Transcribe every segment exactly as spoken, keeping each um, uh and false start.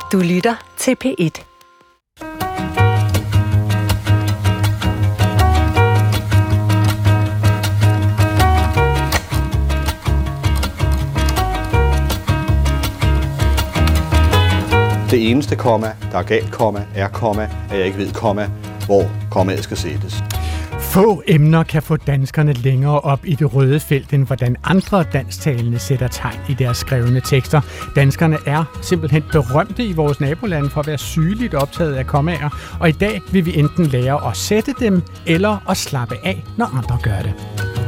Du lytter til P et. Det eneste komma, der er galt komma, er komma, at jeg ikke ved komma, hvor kommaet skal sættes. Få emner kan få danskerne længere op i det røde felt, end hvordan andre dansktalende sætter tegn i deres skrevne tekster. Danskerne er simpelthen berømte i vores nabolande for at være sygeligt optaget af kommaer, og i dag vil vi enten lære at sætte dem, eller at slappe af, når andre gør det.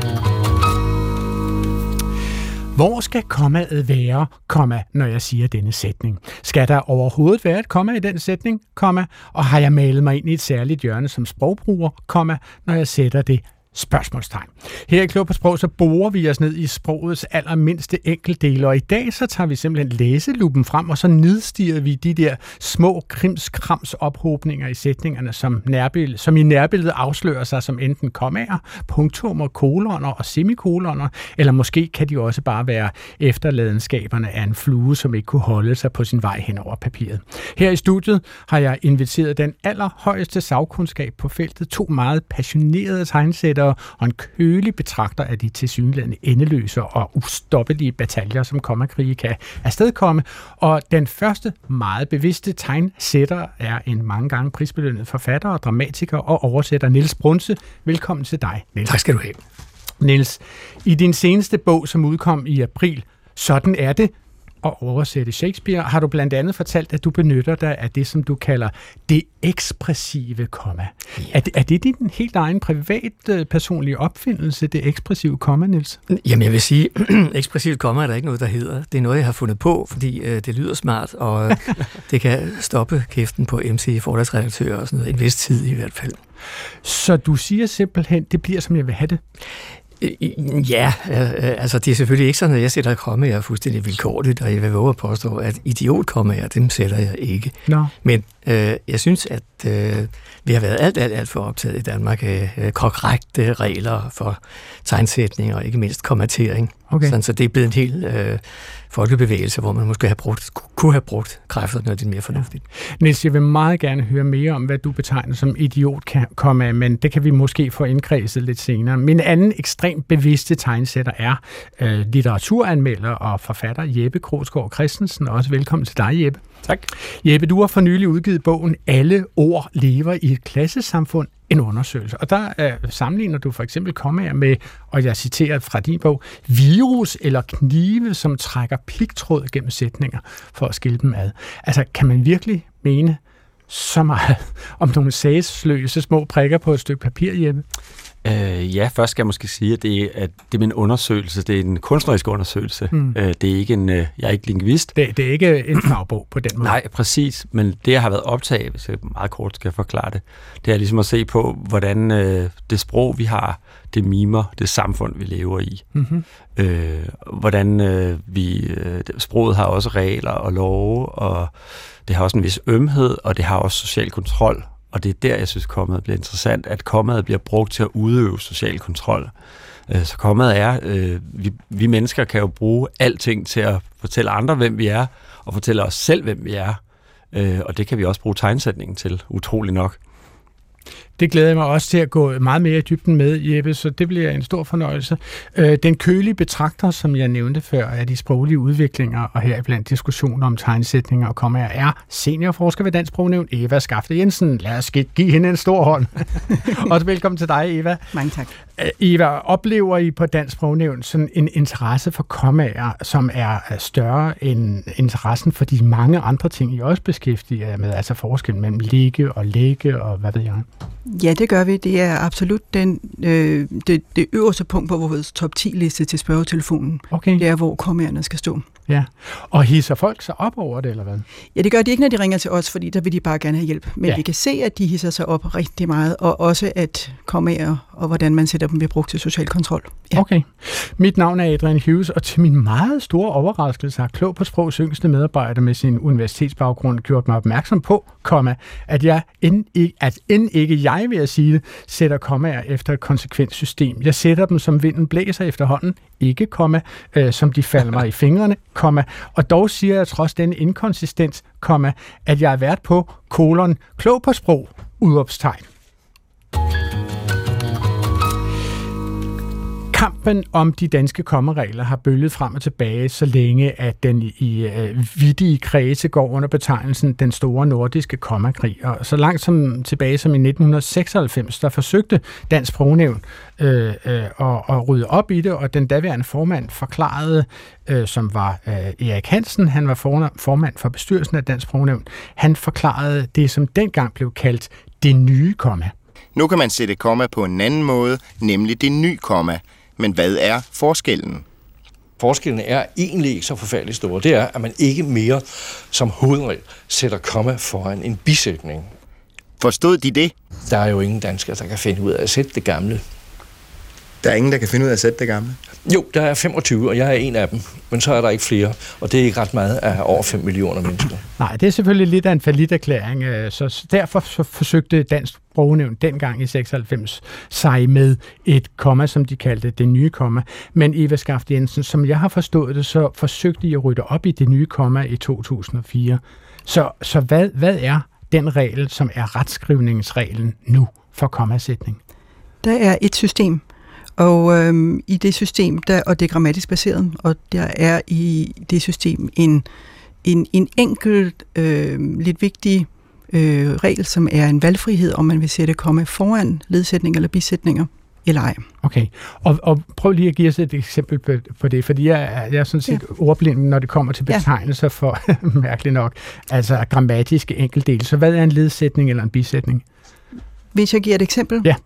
Hvor skal kommaet være, komma, når jeg siger denne sætning? Skal der overhovedet være et komma i den sætning, komma, og har jeg malet mig ind i et særligt hjørne som sprogbruger, komma, når jeg sætter det spørgsmålstegn? Her i Klog på Sprog, så borer vi os ned i sprogets allermindste enkeltdele, og i dag så tager vi simpelthen læseluppen frem, og så nedstiger vi de der små krimskrams ophobninger i sætningerne, som, nærbild, som i nærbilledet afslører sig som enten kommaer, punktummer, koloner og semikoloner, eller måske kan de også bare være efterladenskaberne af en flue, som ikke kunne holde sig på sin vej hen over papiret. Her i studiet har jeg inviteret den allerhøjeste sagkundskab på feltet, to meget passionerede tegnsættere og en kølig betragter af de tilsyneladende endeløse og ustoppelige bataljer, som kommakrige kan afstedkomme. Og den første meget bevidste tegnsætter er en mange gange prisbelønnet forfatter og dramatiker og oversætter Niels Brunse. Velkommen til dig, Niels. Tak skal du have. Niels, i din seneste bog, som udkom i april, Sådan er det, og oversætte Shakespeare, har du blandt andet fortalt, at du benytter dig af det, som du kalder det ekspressive komma. Ja. Er, det, er det din helt egen privat personlige opfindelse, det ekspressive komma, Niels? Jamen jeg vil sige, ekspressivt komma er der ikke noget, der hedder. Det er noget, jeg har fundet på, fordi øh, det lyder smart, og øh, det kan stoppe kæften på M C, forlagsredaktører og sådan noget, en vis tid i hvert fald. Så du siger simpelthen, det bliver, som jeg vil have det? Ja, altså det er selvfølgelig ikke sådan, at jeg sætter kommaer fuldstændig vilkårligt, og jeg vil våge at påstå, at idiotkommaer, dem sætter jeg ikke. No. Men øh, jeg synes, at øh, vi har været alt, alt, alt for optaget i Danmark af øh, korrekte regler for tegnsætning og ikke mindst kommatering. Okay. Sådan, så det er blevet en hel øh, folkebevægelse, hvor man måske have brugt, kunne have brugt kræfter, når det er mere fornuftigt. Ja. Niels, jeg vil meget gerne høre mere om, hvad du betegner som idiotkomma, men det kan vi måske få indkredset lidt senere. Min anden ekstremt bevidste tegnsætter er øh, litteraturanmelder og forfatter Jeppe Krogsgaard Christensen. Også velkommen til dig, Jeppe. Tak. Jeppe, du har for nylig udgivet bogen Alle ord lever i et klassesamfund, en undersøgelse. Og der øh, sammenligner du for eksempel kommaer med, og jeg citerer fra din bog, virus eller knive, som trækker pigtråd gennem sætninger for at skille dem ad. Altså, kan man virkelig mene så meget om nogle sagsløse små prikker på et stykke papir, Jeppe? Øh, ja, først skal jeg måske sige, at det er, at det er en undersøgelse, det er en kunstnerisk undersøgelse. Mm. Øh, det er ikke en, jeg er ikke lingvist. Det, det er ikke en fagbog på den måde. Nej, præcis, men det, jeg har været optaget, hvis jeg meget kort skal forklare det, det er ligesom at se på, hvordan øh, det sprog, vi har, det mimer det samfund, vi lever i. Mm-hmm. Øh, hvordan øh, vi, øh, sproget har også regler og love, og det har også en vis ømhed, og det har også social kontrol. Og det er der, jeg synes, kommaet bliver interessant, at kommaet bliver brugt til at udøve social kontrol. Så kommaet er, øh, vi, vi mennesker kan jo bruge alting til at fortælle andre, hvem vi er, og fortælle os selv, hvem vi er. Øh, og det kan vi også bruge tegnsætningen til, utrolig nok. Det glæder jeg mig også til at gå meget mere i dybden med, Jeppe, så det bliver en stor fornøjelse. Den kølige betragter, som jeg nævnte før, af de sproglige udviklinger, og heriblandt diskussioner om tegnsætninger og kommaer, er seniorforsker ved Dansk Sprognævn, Eva Skafte Jensen. Lad os give hende en stor hånd. Også velkommen til dig, Eva. Mange tak. Eva, oplever I på Dansk Sprognævn sådan en interesse for kommaer, som er større end interessen for de mange andre ting, I også beskæftiger jer med, altså forskellen mellem ligge og lægge og hvad ved jeg? Ja, det gør vi. Det er absolut den, øh, det, det øverste punkt på vores top ti liste til spørgetelefonen. Okay. Det er, hvor kommaerne skal stå. Ja, og hisser folk sig op over det, eller hvad? Ja, det gør de ikke, når de ringer til os, fordi der vil de bare gerne have hjælp. Men ja. Vi kan se, at de hisser sig op rigtig meget, og også at kommaer og hvordan man sætter dem bliver brugt til social kontrol. Ja. Okay. Mit navn er Adrian Hughes, og til min meget store overraskelse har Klog på Sprogs yngste medarbejder med sin universitetsbaggrund gjort mig opmærksom på, komma, at jeg end ikke, at end ikke jeg jeg vil jeg sige det, sætter kommaer efter et konsekvent system. Jeg sætter dem, som vinden blæser efterhånden, ikke komma, øh, som de falder mig i fingrene, komma, og dog siger jeg trods denne inkonsistens, komma, at jeg er vært på kolon, klog på sprog, udopstegn. Kampen om de danske kommaregler har bølget frem og tilbage, så længe at den i øh, vittige kredse går under betegnelsen den store nordiske kommakrig. Og så langt som tilbage som i nitten seksoghalvfems, der forsøgte Dansk Sprognævn øh, øh, at, at rydde op i det, og den daværende formand forklarede, øh, som var øh, Erik Hansen, han var for, formand for bestyrelsen af Dansk Sprognævn, han forklarede det, som dengang blev kaldt det nye komma. Nu kan man sætte komma på en anden måde, nemlig det nye komma. Men hvad er forskellen? Forskellen er egentlig ikke så forfærdelig stor. Det er, at man ikke mere som hovedregel sætter komma foran en bisætning. Forstod de det? Der er jo ingen danskere, der kan finde ud af at sætte det gamle. Der er ingen, der kan finde ud af at sætte det gamle? Jo, der er femogtyve, og jeg er en af dem. Men så er der ikke flere, og det er ikke ret meget af over fem millioner mennesker. Nej, det er selvfølgelig lidt af en falliterklæring, så derfor så forsøgte Dansk Sprognævn dengang i seksoghalvfems sig med et komma, som de kaldte det nye komma. Men Eva Skaft Jensen, som jeg har forstået det, så forsøgte de at rydde op i det nye komma i to tusind og fire. Så, så hvad, hvad er den regel, som er retskrivningsreglen nu for kommasætning? Der er et system, og øhm, i det system, der, og det er grammatisk baseret, og der er i det system en, en, en enkelt, øh, lidt vigtig øh, regel, som er en valgfrihed, om man vil sætte komma foran ledsætninger eller bisætninger, eller ej. Okay, og, og prøv lige at give os et eksempel på, på det, fordi jeg er, jeg er sådan set ja. ordblind, når det kommer til betegnelser ja. for, mærkeligt nok, altså grammatiske enkeltdele. Så hvad er en ledsætning eller en bisætning? Hvis jeg giver et eksempel? Ja.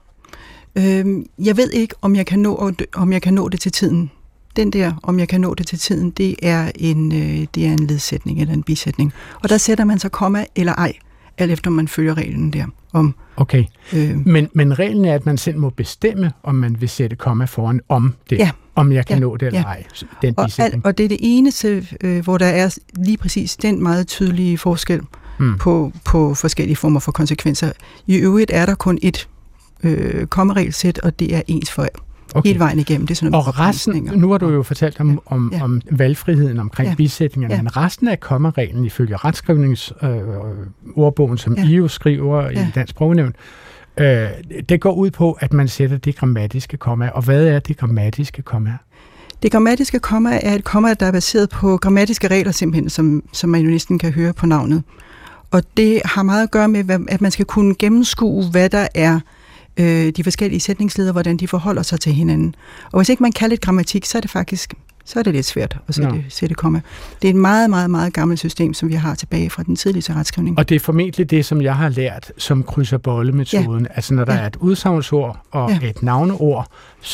Øhm, jeg ved ikke, om jeg, kan nå, om jeg kan nå det til tiden. Den der, om jeg kan nå det til tiden, det er en, øh, det er en ledsætning eller en bisætning. Og der sætter man så komma eller ej, alt efter man følger reglen der. Om, okay, øh, men, men reglen er, at man selv må bestemme, om man vil sætte komma foran om det, ja, om jeg kan ja, nå det eller ja. ej, den og, bisætning. al, og det er det eneste, øh, hvor der er lige præcis den meget tydelige forskel hmm. på, på forskellige former for konsekvenser. I øvrigt er der kun et øh, kommaregelsæt, og det er ens for okay. hele vejen igennem. Det er sådan og resten, nu har du jo fortalt om, om, ja. om valgfriheden omkring ja. bisætningerne, ja. men resten af kommareglen ifølge retskrivningsordbogen, øh, som ja. I jo skriver ja. i Dansk Sprognævn, øh, det går ud på, at man sætter det grammatiske komma. Og hvad er det grammatiske komma? Det grammatiske komma er et komma, der er baseret på grammatiske regler simpelthen, som, som man jo næsten kan høre på navnet. Og det har meget at gøre med, at man skal kunne gennemskue, hvad der er øh, de forskellige sætningsleder, hvordan de forholder sig til hinanden. Og hvis ikke man kalder det grammatik, så er det faktisk så er det lidt svært at sætte, no. sætte komma. Det er et meget, meget, meget gammelt system, som vi har tilbage fra den tidligste retskrivning. Og det er formentlig det, som jeg har lært som kryds- og bolle-metoden. Ja. Altså når der ja. er et udsagnsord og ja. et navneord,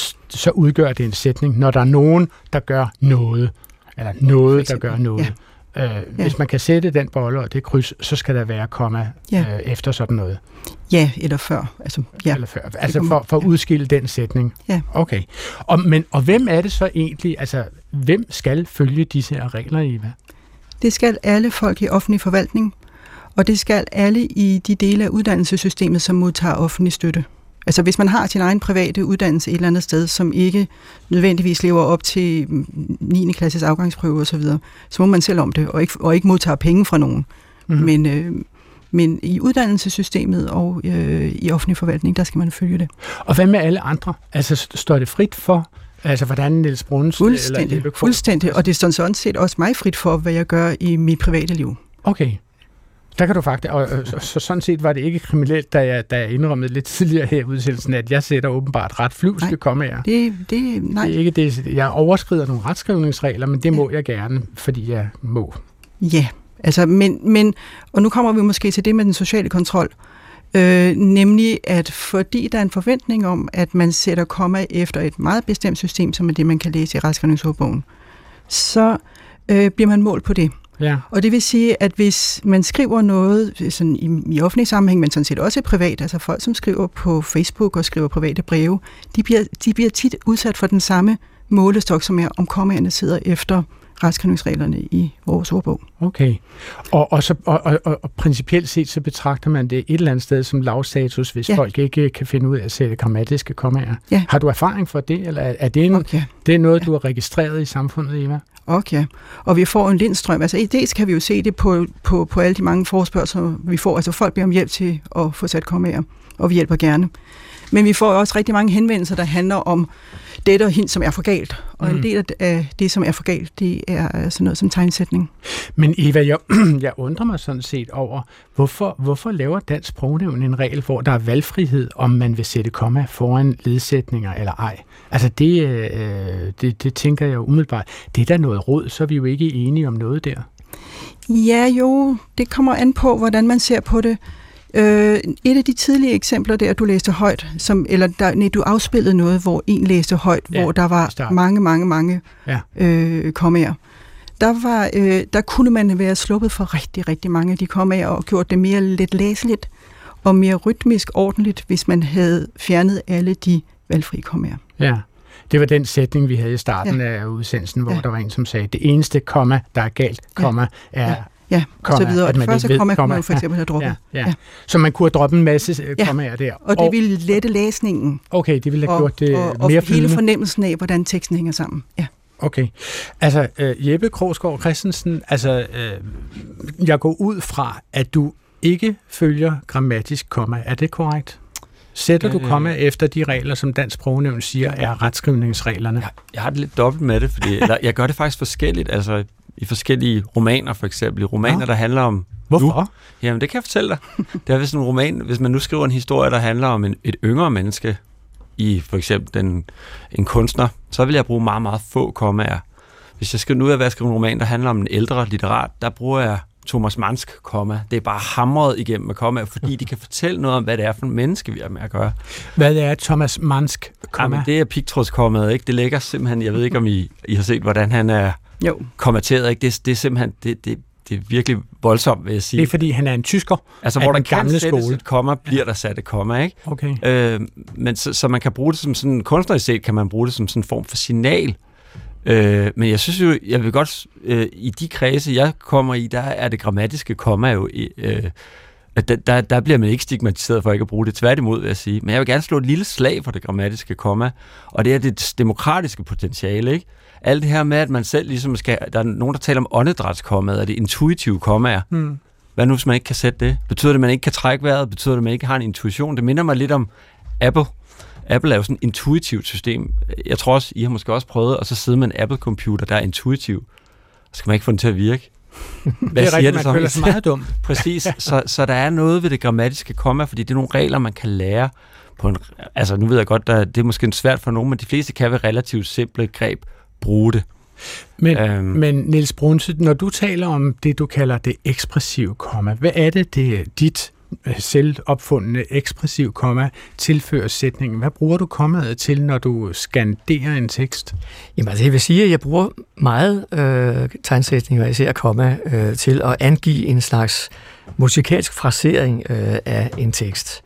så udgør det en sætning. Når der er nogen, der gør noget, eller noget, der gør noget. Ja. Øh, ja. Hvis man kan sætte den bolle og det kryds, så skal der være komma ja. øh, efter sådan noget. Ja, eller før. Altså, ja. Eller før. Altså for, for at udskille den sætning. Ja. Okay. Og, men, og hvem er det så egentlig, altså hvem skal følge disse her regler, Eva? Det skal alle folk i offentlig forvaltning, og det skal alle i de dele af uddannelsessystemet, som modtager offentlig støtte. Altså hvis man har sin egen private uddannelse et eller andet sted, som ikke nødvendigvis lever op til niende klasses afgangsprøve osv., så, så må man selv om det, og ikke, og ikke modtager penge fra nogen. Mm-hmm. Men, øh, men i uddannelsessystemet og øh, i offentlig forvaltning, der skal man følge det. Og hvad med alle andre? Altså står det frit for, altså hvordan Niels Bruns? Fuldstændig, eller fuldstændig. Og det står sådan set også mig frit for, hvad jeg gør i mit private liv. Okay. Der kan du faktisk, og så, så sådan set var det ikke kriminelt, da jeg, da jeg indrømmede lidt tidligere her i udsendelsen, at jeg sætter åbenbart ret flyvske kommaer. Det, det, nej. Det er ikke det. Jeg overskrider nogle retskrivningsregler, men det må ja. jeg gerne, fordi jeg må. Ja, altså, men, men, og nu kommer vi måske til det med den sociale kontrol, øh, nemlig at fordi der er en forventning om, at man sætter komma efter et meget bestemt system, som er det, man kan læse i retskrivningsordbogen, så øh, bliver man målt på det. Ja. Og det vil sige, at hvis man skriver noget sådan i, i offentlig sammenhæng, men sådan set også privat, altså folk, som skriver på Facebook og skriver private breve, de bliver, de bliver tit udsat for den samme målestok, som er, om kommaerne sidder efter retskrivningsreglerne i vores ordbog. Okay. Og, og, så, og, og, og, og principielt set, så betragter man det et eller andet sted som lavstatus, hvis ja. folk ikke kan finde ud af at sætte grammatiske kommaer. Ja. Har du erfaring for det, eller er det, en, okay. det er noget, ja. du har registreret i samfundet, Eva? Okay. Og vi får en lindstrøm. Altså, dels kan vi jo se det på, på, på alle de mange forespørgsler, vi får. Altså, folk beder om hjælp til at få sat kommaer, og vi hjælper gerne. Men vi får også rigtig mange henvendelser, der handler om det og hende, som er for galt. Og mm. en del af det, som er for galt, det er sådan noget som tegnsætning. Men Eva, jeg, jeg undrer mig sådan set over, hvorfor, hvorfor laver Dansk Sprognævn en regel, hvor der er valgfrihed, om man vil sætte komma foran ledsætninger eller ej? Altså det, øh, det, det tænker jeg jo umiddelbart. Det er da noget råd, så er vi jo ikke enige om noget der. Ja jo, det kommer an på, hvordan man ser på det. Øh, et af de tidlige eksempler der, du læste højt, som, eller der, nej, du afspillede noget, hvor en læste højt, ja, hvor der var start. mange, mange, mange ja. øh, kommaer. Der, var, øh, der kunne man være sluppet for rigtig, rigtig mange af de kommaer og gjort det mere let læseligt og mere rytmisk ordentligt, hvis man havde fjernet alle de valgfrie kommaer. Ja. Det var den sætning, vi havde i starten ja. af udsendelsen, hvor ja. der var en, som sagde, det eneste komma, der er galt, komma, ja. er... Ja. Ja, og så videre. Det første komma kunne man for eksempel have droppet. Ja, ja. Ja. Så man kunne have droppet en masse kommaer der. Og det ville lette læsningen. Okay, det ville have gjort det og, og, mere og hele fornemmelsen af, hvordan teksten hænger sammen. Ja. Okay. Altså, uh, Jeppe Krogsgaard Christensen, altså, uh, jeg går ud fra, at du ikke følger grammatisk komma. Er det korrekt? Sætter du komma efter de regler, som Dansk Sprognævn siger, er retskrivningsreglerne? Jeg, jeg har det lidt dobbelt med det, fordi eller, jeg gør det faktisk forskelligt. Altså, i forskellige romaner, for eksempel. I romaner, ja. der handler om... Hvorfor? Nu. Jamen, det kan jeg fortælle dig. Det er, hvis en roman, hvis man nu skriver en historie, der handler om en, et yngre menneske, i for eksempel den, en kunstner, så vil jeg bruge meget, meget få kommaer. Hvis jeg skal nu af at skrive en roman, der handler om en ældre litterat, der bruger jeg Thomas Mansk komma. Det er bare hamret igennem med kommaer, fordi de kan fortælle noget om, hvad det er for en menneske, vi har med at gøre. Hvad er Thomas Mansk komma? Jamen, det er pigtrådskommaet, ikke? Det ligger simpelthen, jeg ved ikke, om I, I har set, hvordan han er... Jo. Kommenteret, ikke? Det, det er simpelthen, det, det, det er virkelig voldsomt, vil jeg sige. Det er, fordi han er en tysker. Altså, hvor der kan sættes et komma, bliver ja. der sat et komma, ikke? Okay. Øh, men så, så man kan bruge det som sådan, kunstnerisk set kan man bruge det som sådan en form for signal. Øh, men jeg synes jo, jeg vil godt, øh, i de kredse, jeg kommer i, der er det grammatiske komma jo, øh, der, der, der bliver man ikke stigmatiseret for ikke at bruge det, tværtimod, vil jeg sige. Men jeg vil gerne slå et lille slag for det grammatiske komma, og det er det demokratiske potentiale, ikke? Alt det her med, at man selv ligesom skal... Der er nogen, der taler om åndedrætskommaet, og det intuitive kommaer. Hmm. Hvad nu, hvis man ikke kan sætte det? Betyder det, at man ikke kan trække vejret? Betyder det, at man ikke har en intuition? Det minder mig lidt om Apple. Apple er jo sådan et intuitivt system. Jeg tror også, I har måske også prøvet at så sidde med en Apple-computer, der er intuitiv. Så skal man ikke få den til at virke. Hvad det er rigtigt, man føler sig meget dum. Præcis. så, så der er noget ved det grammatiske komma, fordi det er nogle regler, man kan lære på en... Altså, nu ved jeg godt, der, det er måske svært for nogen, men de fleste kan ved relativt simple greb bruge det. Men, øhm. men Niels Brunse, når du taler om det, du kalder det ekspressive komma, hvad er det, det dit selvopfundne ekspressiv komma tilfører sætningen? Hvad bruger du kommaet til, når du skanderer en tekst? Jamen altså, jeg vil sige, at jeg bruger meget øh, tegnsætning, og især komma, øh, til at angive en slags musikalsk frasering øh, af en tekst.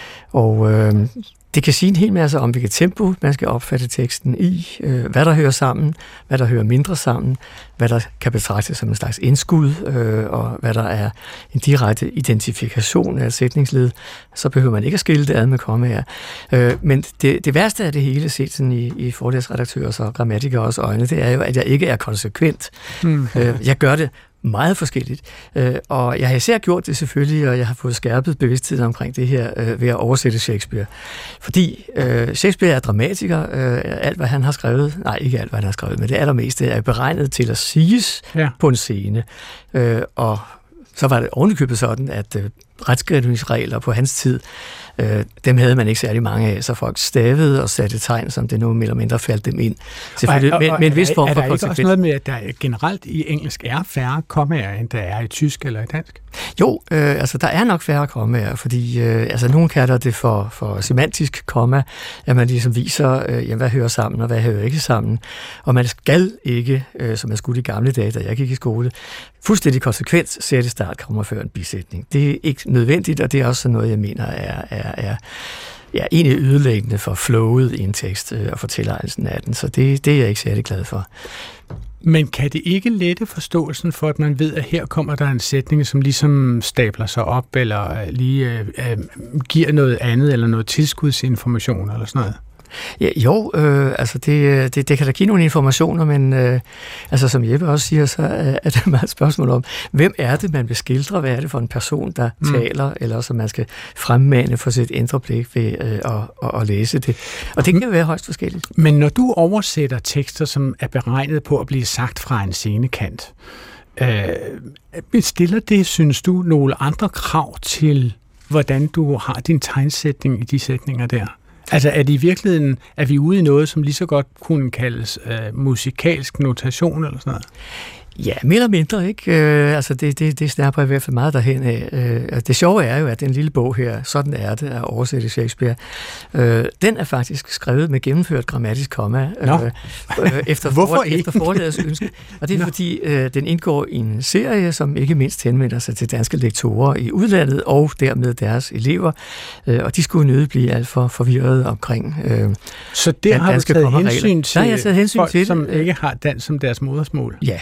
Og øh, det kan sige en hel masse om, hvilket tempo man skal opfatte teksten i, øh, hvad der hører sammen, hvad der hører mindre sammen, hvad der kan betragtes som en slags indskud, øh, og hvad der er en direkte identifikation af et sætningsled. Så behøver man ikke at skille det ad med kommaer. Øh, men det, det værste af det hele, set sådan i, i forlægsredaktørers og grammatikeres øjne, det er jo, at jeg ikke er konsekvent. Mm. Øh, jeg gør det meget forskelligt. Øh, og jeg har især gjort det selvfølgelig, og jeg har fået skærpet bevidstheden omkring det her øh, ved at oversætte Shakespeare. Fordi øh, Shakespeare er dramatiker. Øh, alt, hvad han har skrevet, nej, ikke alt, hvad han har skrevet, men det allermeste er beregnet til at siges ja. på en scene. Øh, og så var det ovenikøbet sådan, at øh, retskrivningsregler på hans tid, øh, dem havde man ikke særlig mange af, så folk stavede og satte tegn, som det nu mere eller mindre faldt dem ind. Selvfølgelig, og, og, med, med en vis form er, for er der ikke også noget med, at der generelt i engelsk er færre kommaer, end der er i tysk eller i dansk? Jo, øh, altså der er nok færre kommaer, fordi øh, altså nogen kalder det for, for semantisk komma, at man ligesom viser, øh, jamen, hvad hører sammen og hvad hører ikke sammen. Og man skal ikke, øh, som jeg skulle i gamle dage, da jeg gik i skole, fuldstændig konsekvent sætte startkomma før en bisætning. Det er ikke nødvendigt, og det er også noget, jeg mener er, er, er ja, egentlig ødelæggende for flowet i en tekst øh, og fortællerelsen af den. Så det, det er jeg ikke særlig glad for. Men kan det ikke lette forståelsen for, at man ved, at her kommer der en sætning, som ligesom stabler sig op, eller lige øh, øh, giver noget andet, eller noget tilskudsinformation, eller sådan noget? Ja, jo, øh, altså det, det, det kan da give nogle informationer, men øh, altså som Jeppe også siger, så er det meget et spørgsmål om, hvem er det, man vil skildre? Hvad er det for en person, der mm. taler, eller som man skal fremmane for sit indre blik ved øh, at, at, at læse det. Og det kan jo være højst forskelligt. Men når du oversætter tekster, som er beregnet på at blive sagt fra en scenekant, øh, stiller det, synes du, nogle andre krav til, hvordan du har din tegnsætning i de sætninger der? Altså er det i virkeligheden, er vi ude i noget, som lige så godt kunne kaldes øh, musikalsk notation eller sådan noget? Ja, mere eller mindre, ikke? Øh, altså det, det, det snapper i hvert fald meget derhen af. Øh, det sjove er jo, at den lille bog her, Sådan er det, at oversætte Shakespeare, øh, den er faktisk skrevet med gennemført grammatisk komma, øh, øh, efter, for, efter forlagets ønske. Og det er Nå. fordi, øh, den indgår i en serie, som ikke mindst henvender sig til danske lektorer i udlandet, og dermed deres elever. Øh, og de skulle nødt blive alt for forvirrede omkring øh, Så det har du taget hensyn til, Nej, jeg har taget hensyn folk, til som ikke har dansk som deres modersmål? Ja.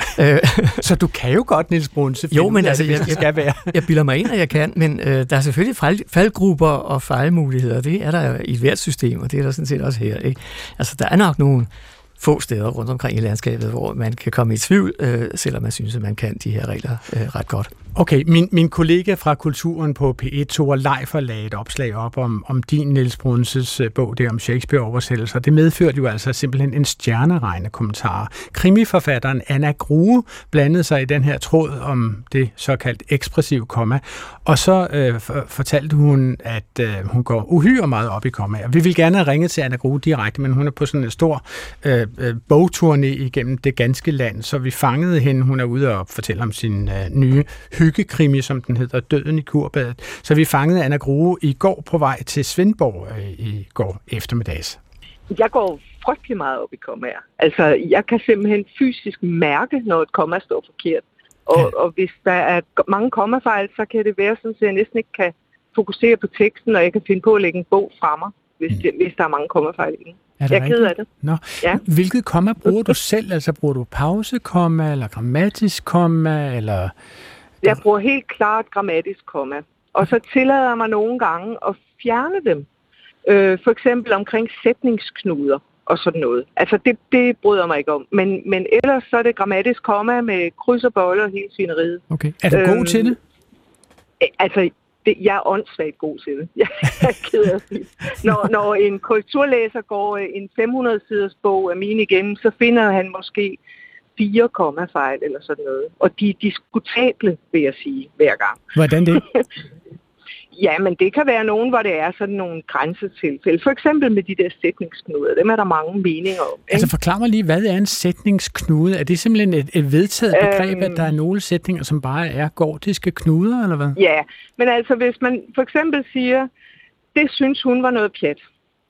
Så du kan jo godt, Niels Brunse, jo, men altså, det, jeg, jeg, skal være. jeg bilder mig ind, at jeg kan, men øh, der er selvfølgelig fald, faldgrupper og fejlmuligheder. Det er der i hvert system, og det er der sådan set også her. Ikke? Altså, der er nok nogle få steder rundt omkring i landskabet, hvor man kan komme i tvivl, øh, selvom man synes, at man kan de her regler øh, ret godt. Okay, min, min kollega fra Kulturen på P et, Thor Leifer, lagde et opslag op om, om din Niels Brunses bog der om Shakespeare-oversættelser. Det medførte jo altså simpelthen en stjerneregne kommentar. Krimiforfatteren Anna Grue blandede sig i den her tråd om det såkaldt ekspressive komma, og så øh, for, fortalte hun, at øh, hun går uhyre meget op i kommaer. Vi vil gerne ringe til Anna Grue direkte, men hun er på sådan en stor øh, øh, bogturné igennem det ganske land, så vi fangede hende. Hun er ude og fortælle om sin øh, nye hyggekrimi, som den hedder, Døden i Kurbadet. Så vi fangede Anna Grue i går på vej til Svendborg øh, i går eftermiddags. Jeg går frygtelig meget op i kommaer. Altså, jeg kan simpelthen fysisk mærke, når et komma står forkert. Og, ja. og hvis der er mange kommafejl, så kan det være sådan, at jeg næsten ikke kan fokusere på teksten, og jeg kan finde på at lægge en bog fra mig, hvis, mm. det, hvis der er mange kommafejl i den. Er jeg er ked af det. Nå. Ja. Hvilket komma bruger du selv? Altså, bruger du pausekomma, eller grammatisk komma, eller... Jeg bruger helt klart grammatisk komma. Og så tillader jeg mig nogle gange at fjerne dem. Øh, for eksempel omkring sætningsknuder og sådan noget. Altså, det, det bryder mig ikke om. Men, men ellers så er det grammatisk komma med kryds og bolle og hele svineriet. Okay. Er du øhm, god til det? Altså, det, jeg er åndssvagt god til det. Jeg er ked af det. Når, når en korrekturlæser går en fem hundrede siders bog af mine igennem, så finder han måske fire kommafejl eller sådan noget. Og de er diskutable, vil jeg sige, hver gang. Hvordan det? Ja, men det kan være nogen, hvor det er sådan nogle grænsetilfælde. For eksempel med de der sætningsknuder. Dem er der mange meninger om. Ikke? Altså forklar mig lige, hvad er en sætningsknude? Er det simpelthen et, et vedtaget begreb, øhm, at der er nogle sætninger, som bare er gordiske knuder, eller hvad? Ja, men altså hvis man for eksempel siger, det synes hun var noget pjat.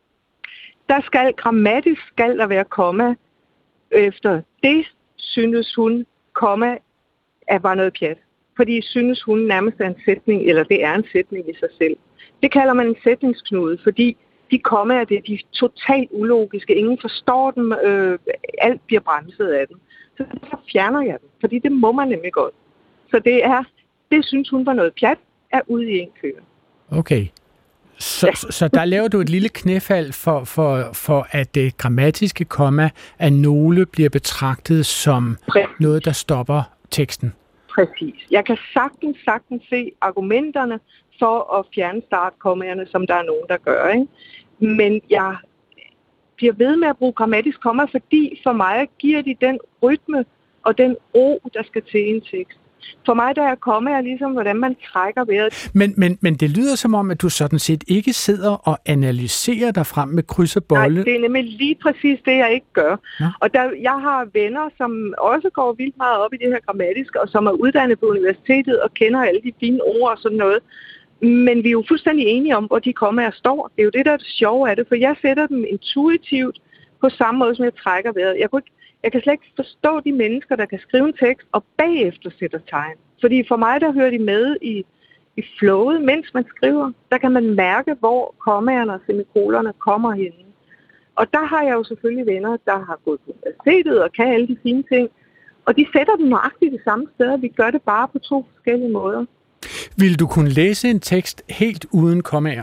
Der skal grammatisk skal der være komma efter det synes hun, komma, at var noget pjat. Fordi synes hun nærmest er en sætning, eller det er en sætning i sig selv. Det kalder man en sætningsknude, fordi de kommaer, det er de totalt ulogiske. Ingen forstår dem. Øh, alt bliver bremset af dem. Så så fjerner jeg dem, fordi det må man nemlig godt. Så det er, det synes hun var noget pjat, er ude i en køre. Okay. Så, ja. så, så der laver du et lille knæfald for, for, for at det grammatiske komma af nogle bliver betragtet som Præcis. noget, der stopper teksten. Præcis. Jeg kan sagtens, sagtens se argumenterne for at fjerne startkommaerne, som der er nogen, der gør. Ikke? Men jeg bliver ved med at bruge grammatisk komma, fordi for mig giver de den rytme og den ro, der skal til en tekst. For mig, der er kommaer ligesom, hvordan man trækker vejret. Men, men, men det lyder som om, at du sådan set ikke sidder og analyserer dig frem med kryds og bolle. Nej, det er nemlig lige præcis det, jeg ikke gør. Ja. Og der, jeg har venner, som også går vildt meget op i det her grammatiske, og som er uddannet på universitetet og kender alle de fine ord og sådan noget. Men vi er jo fuldstændig enige om, hvor de kommaer står. Det er jo det, der er det sjove af det, for jeg sætter dem intuitivt på samme måde, som jeg trækker vejret. Jeg kunne ikke Jeg kan slet ikke forstå de mennesker, der kan skrive en tekst og bagefter sætter tegn. Fordi for mig, der hører de med i, i flowet, mens man skriver. Der kan man mærke, hvor kommaerne og semikolerne kommer henne. Og der har jeg jo selvfølgelig venner, der har gået på universitetet og kan alle de fine ting. Og de sætter dem nøjagtigt de samme steder. Vi gør det bare på to forskellige måder. Vil du kunne læse en tekst helt uden kommaer?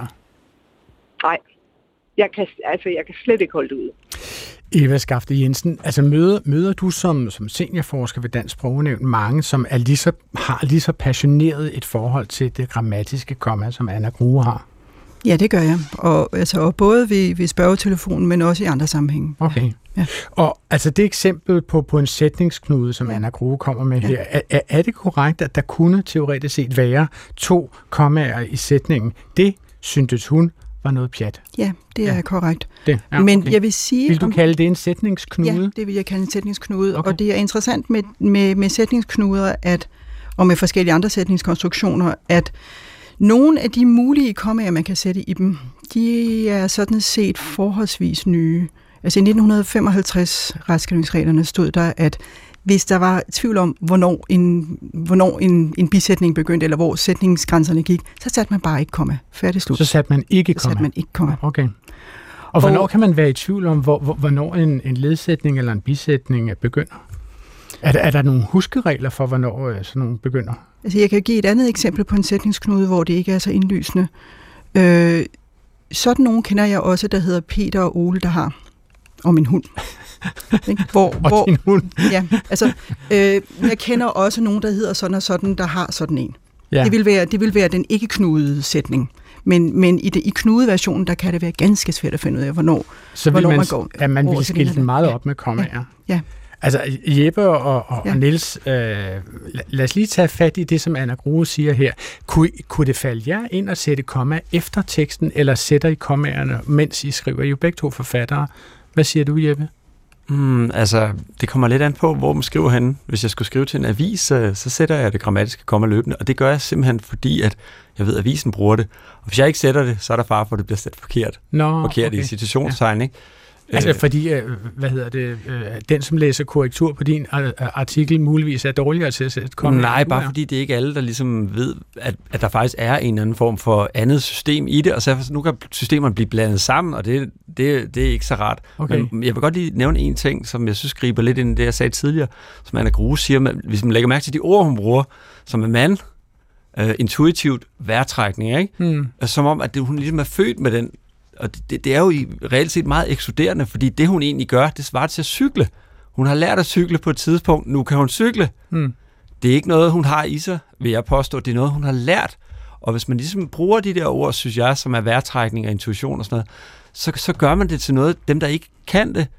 Nej. Jeg kan, altså, jeg kan slet ikke holde det ud. Eva Skafte Jensen, altså møder, møder du som, som seniorforsker ved Dansk Sprognævn mange, som er lige så, har lige så passioneret et forhold til det grammatiske komma, som Anna Grue har? Ja, det gør jeg. Og, altså, og både ved, ved spørgetelefonen, men også i andre sammenhænge. Okay. Ja. Og altså det eksempel på, på en sætningsknude, som ja. Anna Grue kommer med ja. her, er, er det korrekt, at der kunne teoretisk set være to kommaer i sætningen? Det syntes hun var noget pjat. Ja, det er ja. korrekt. Det, ja, men okay. jeg vil sige... Vil du kalde det en sætningsknude? Ja, det vil jeg kalde en sætningsknude. Okay. Og det er interessant med, med, med sætningsknuder, at, og med forskellige andre sætningskonstruktioner, at nogle af de mulige kommaer, man kan sætte i dem, de er sådan set forholdsvis nye. Altså i nitten femoghalvtreds retskrivningsreglerne stod der, at hvis der var tvivl om, hvornår en, hvornår en, en bisætning begyndte, eller hvor sætningsgrænserne gik, så satte man bare ikke komma. Færdig slut. Så satte man ikke komma? Så satte man ikke komma. Okay. Og hvornår og, kan man være i tvivl om, hvor, hvornår en, en ledsætning eller en bisætning begynder? Er der, er der nogle huskeregler for, hvornår sådan nogle begynder? Altså jeg kan give et andet eksempel på en sætningsknude, hvor det ikke er så indlysende. Øh, sådan nogle kender jeg også, der hedder Peter og Ole, der har om min hund. hvor, og hvor, din hund. Ja, altså, øh, jeg kender også nogen, der hedder sådan og sådan, der har sådan en. Ja. Det vil være, det vil være den ikke-knudede sætning. Men, men i, det, i knudeversionen, der kan det være ganske svært at finde ud af, hvornår, Så hvornår man, man går. Ja, man vil skille den meget op med kommaer. Ja. ja. Altså Jeppe og, og, ja. og Niels, øh, lad os lige tage fat i det, som Anna Grue siger her. Kunne, kunne det falde jer ind at sætte komma efter teksten, eller sætter I kommaerne, mens I skriver? I er jo begge to forfattere. Hvad siger du, Jeppe? Mm, altså, det kommer lidt an på, hvor man skriver henne. Hvis jeg skulle skrive til en avis, så, så sætter jeg det grammatiske komma løbende, og det gør jeg simpelthen fordi, at jeg ved, at avisen bruger det. Og hvis jeg ikke sætter det, så er der fare for, at det bliver sat forkert. Nå, forkert okay. i citationstegn, ikke? Altså fordi, hvad hedder det, den som læser korrektur på din artikel muligvis er dårligere til at sætte komma? Nej, bare fordi det er ikke alle, der ligesom ved, at, at der faktisk er en anden form for andet system i det, og så nu kan systemerne blive blandet sammen, og det, det, det er ikke så rart. Okay. Men jeg vil godt lige nævne en ting, som jeg synes griber lidt ind i det, jeg sagde tidligere, som Anna Grue siger, hvis man lægger mærke til de ord, hun bruger, som er mand, uh, intuitivt vejrtrækning, ikke? Hmm. Som om, at det, hun ligesom er født med den. Og det, det er jo i reelt set meget ekskluderende, fordi det, hun egentlig gør, det svarer til at cykle. Hun har lært at cykle på et tidspunkt, nu kan hun cykle. Mm. Det er ikke noget, hun har i sig, vil jeg påstå. Det er noget, hun har lært. Og hvis man ligesom bruger de der ord, synes jeg, som er vejrtrækning og intuition og sådan noget, så, så gør man det til noget, dem, der ikke kan det,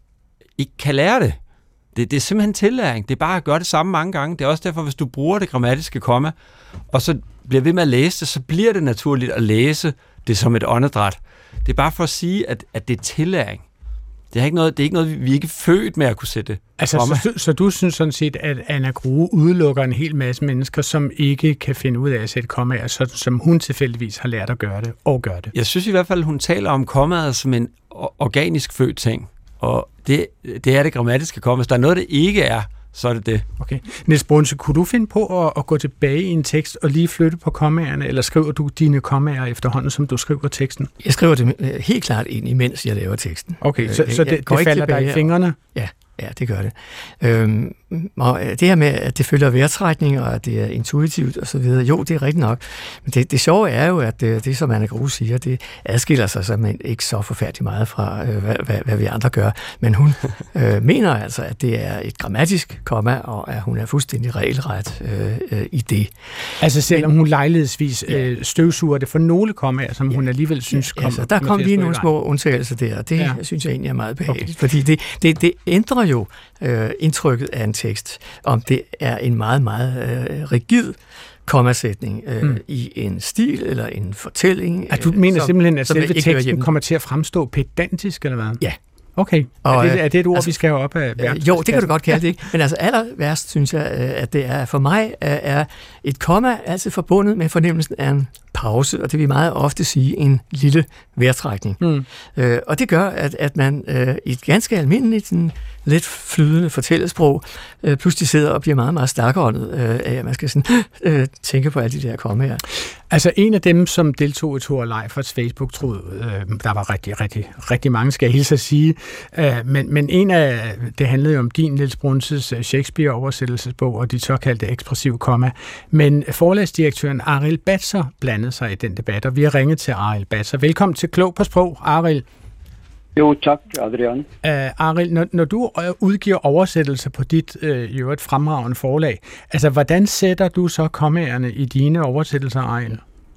ikke kan lære det. Det, det er simpelthen tillæring. Det er bare at gøre det samme mange gange. Det er også derfor, hvis du bruger det grammatiske komma, og så bliver ved med at læse det, så bliver det naturligt at læse det som et åndedræt. Det er bare for at sige, at, at det er tillæring. Det er ikke noget, det er ikke noget, vi er ikke født med at kunne sætte. Altså, så, så du synes sådan set, at Anna Grue udelukker en hel masse mennesker, som ikke kan finde ud af at sætte kommaer, sådan som hun tilfældigvis har lært at gøre det, og gøre det? Jeg synes i hvert fald, hun taler om kommaet som en organisk født ting. Og det, det er det grammatiske komma. Hvis der er noget, det ikke er, så er det det. Okay. Niels Brunse, kunne du finde på at, at gå tilbage i en tekst og lige flytte på kommaerne, eller skriver du dine kommaer efterhånden, som du skriver teksten? Jeg skriver det helt klart ind, imens jeg laver teksten. Okay, så, så det, det falder dig i fingrene? Ja. Ja, det gør det. Øhm, og det her med, at det følger vejrtrækning, og at det er intuitivt og så videre, jo, det er rigtigt nok. Men det, det sjove er jo, at det, det som Anna Grue siger, det adskiller sig simpelthen ikke så forfærdeligt meget fra, øh, hvad, hvad, hvad vi andre gør. Men hun øh, mener altså, at det er et grammatisk komma, og at hun er fuldstændig regelret øh, øh, i det. Altså selvom hun lejlighedsvis øh, støvsuger det for nogle kommaer, som ja. hun alligevel synes ja, kommer. Altså, der kom lige nogle små undtagelser der, og det ja. synes jeg egentlig er meget behageligt. Okay. Fordi det, det, det ændrer jo øh, indtrykket af en tekst, om det er en meget, meget øh, rigid kommasætning øh, mm. i en stil eller en fortælling. At du mener som, simpelthen, at selve teksten kommer til at fremstå pedantisk, eller hvad? Ja. Okay. Og, er, det, er det et ord, altså, vi skal have op af øh, Jo, det kan du godt kalde det, ikke? Men altså aller værst, synes jeg, at det er for mig, er et komma altid forbundet med fornemmelsen af en pause, og det vil meget ofte sige en lille vejrtrækning. Mm. Øh, og det gør, at, at man øh, i et ganske almindeligt sådan, lidt flydende fortællesprog, øh, pludselig sidder og bliver meget, meget stakåndet øh, af, at man skal sådan, øh, tænke på alle de der kommaer. Altså en af dem, som deltog i Thor Leiferts Facebook-tråd, øh, der var rigtig, rigtig, rigtig mange, skal jeg hilse at sige, øh, men, men en af, det handlede jo om din, Niels Brunses Shakespeare-oversættelsesbog og de såkaldte ekspressive komma, men forlagsdirektøren Arild Batzer blandede sig i den debat, og vi har ringet til Arild Batzer. Velkommen til Klog på Sprog, Arild. Jo, tak, Adrian. Uh, Arild, når, når du udgiver oversættelser på dit uh, jo et fremragende forlag, altså hvordan sætter du så kommaerne i dine oversættelser, Arild?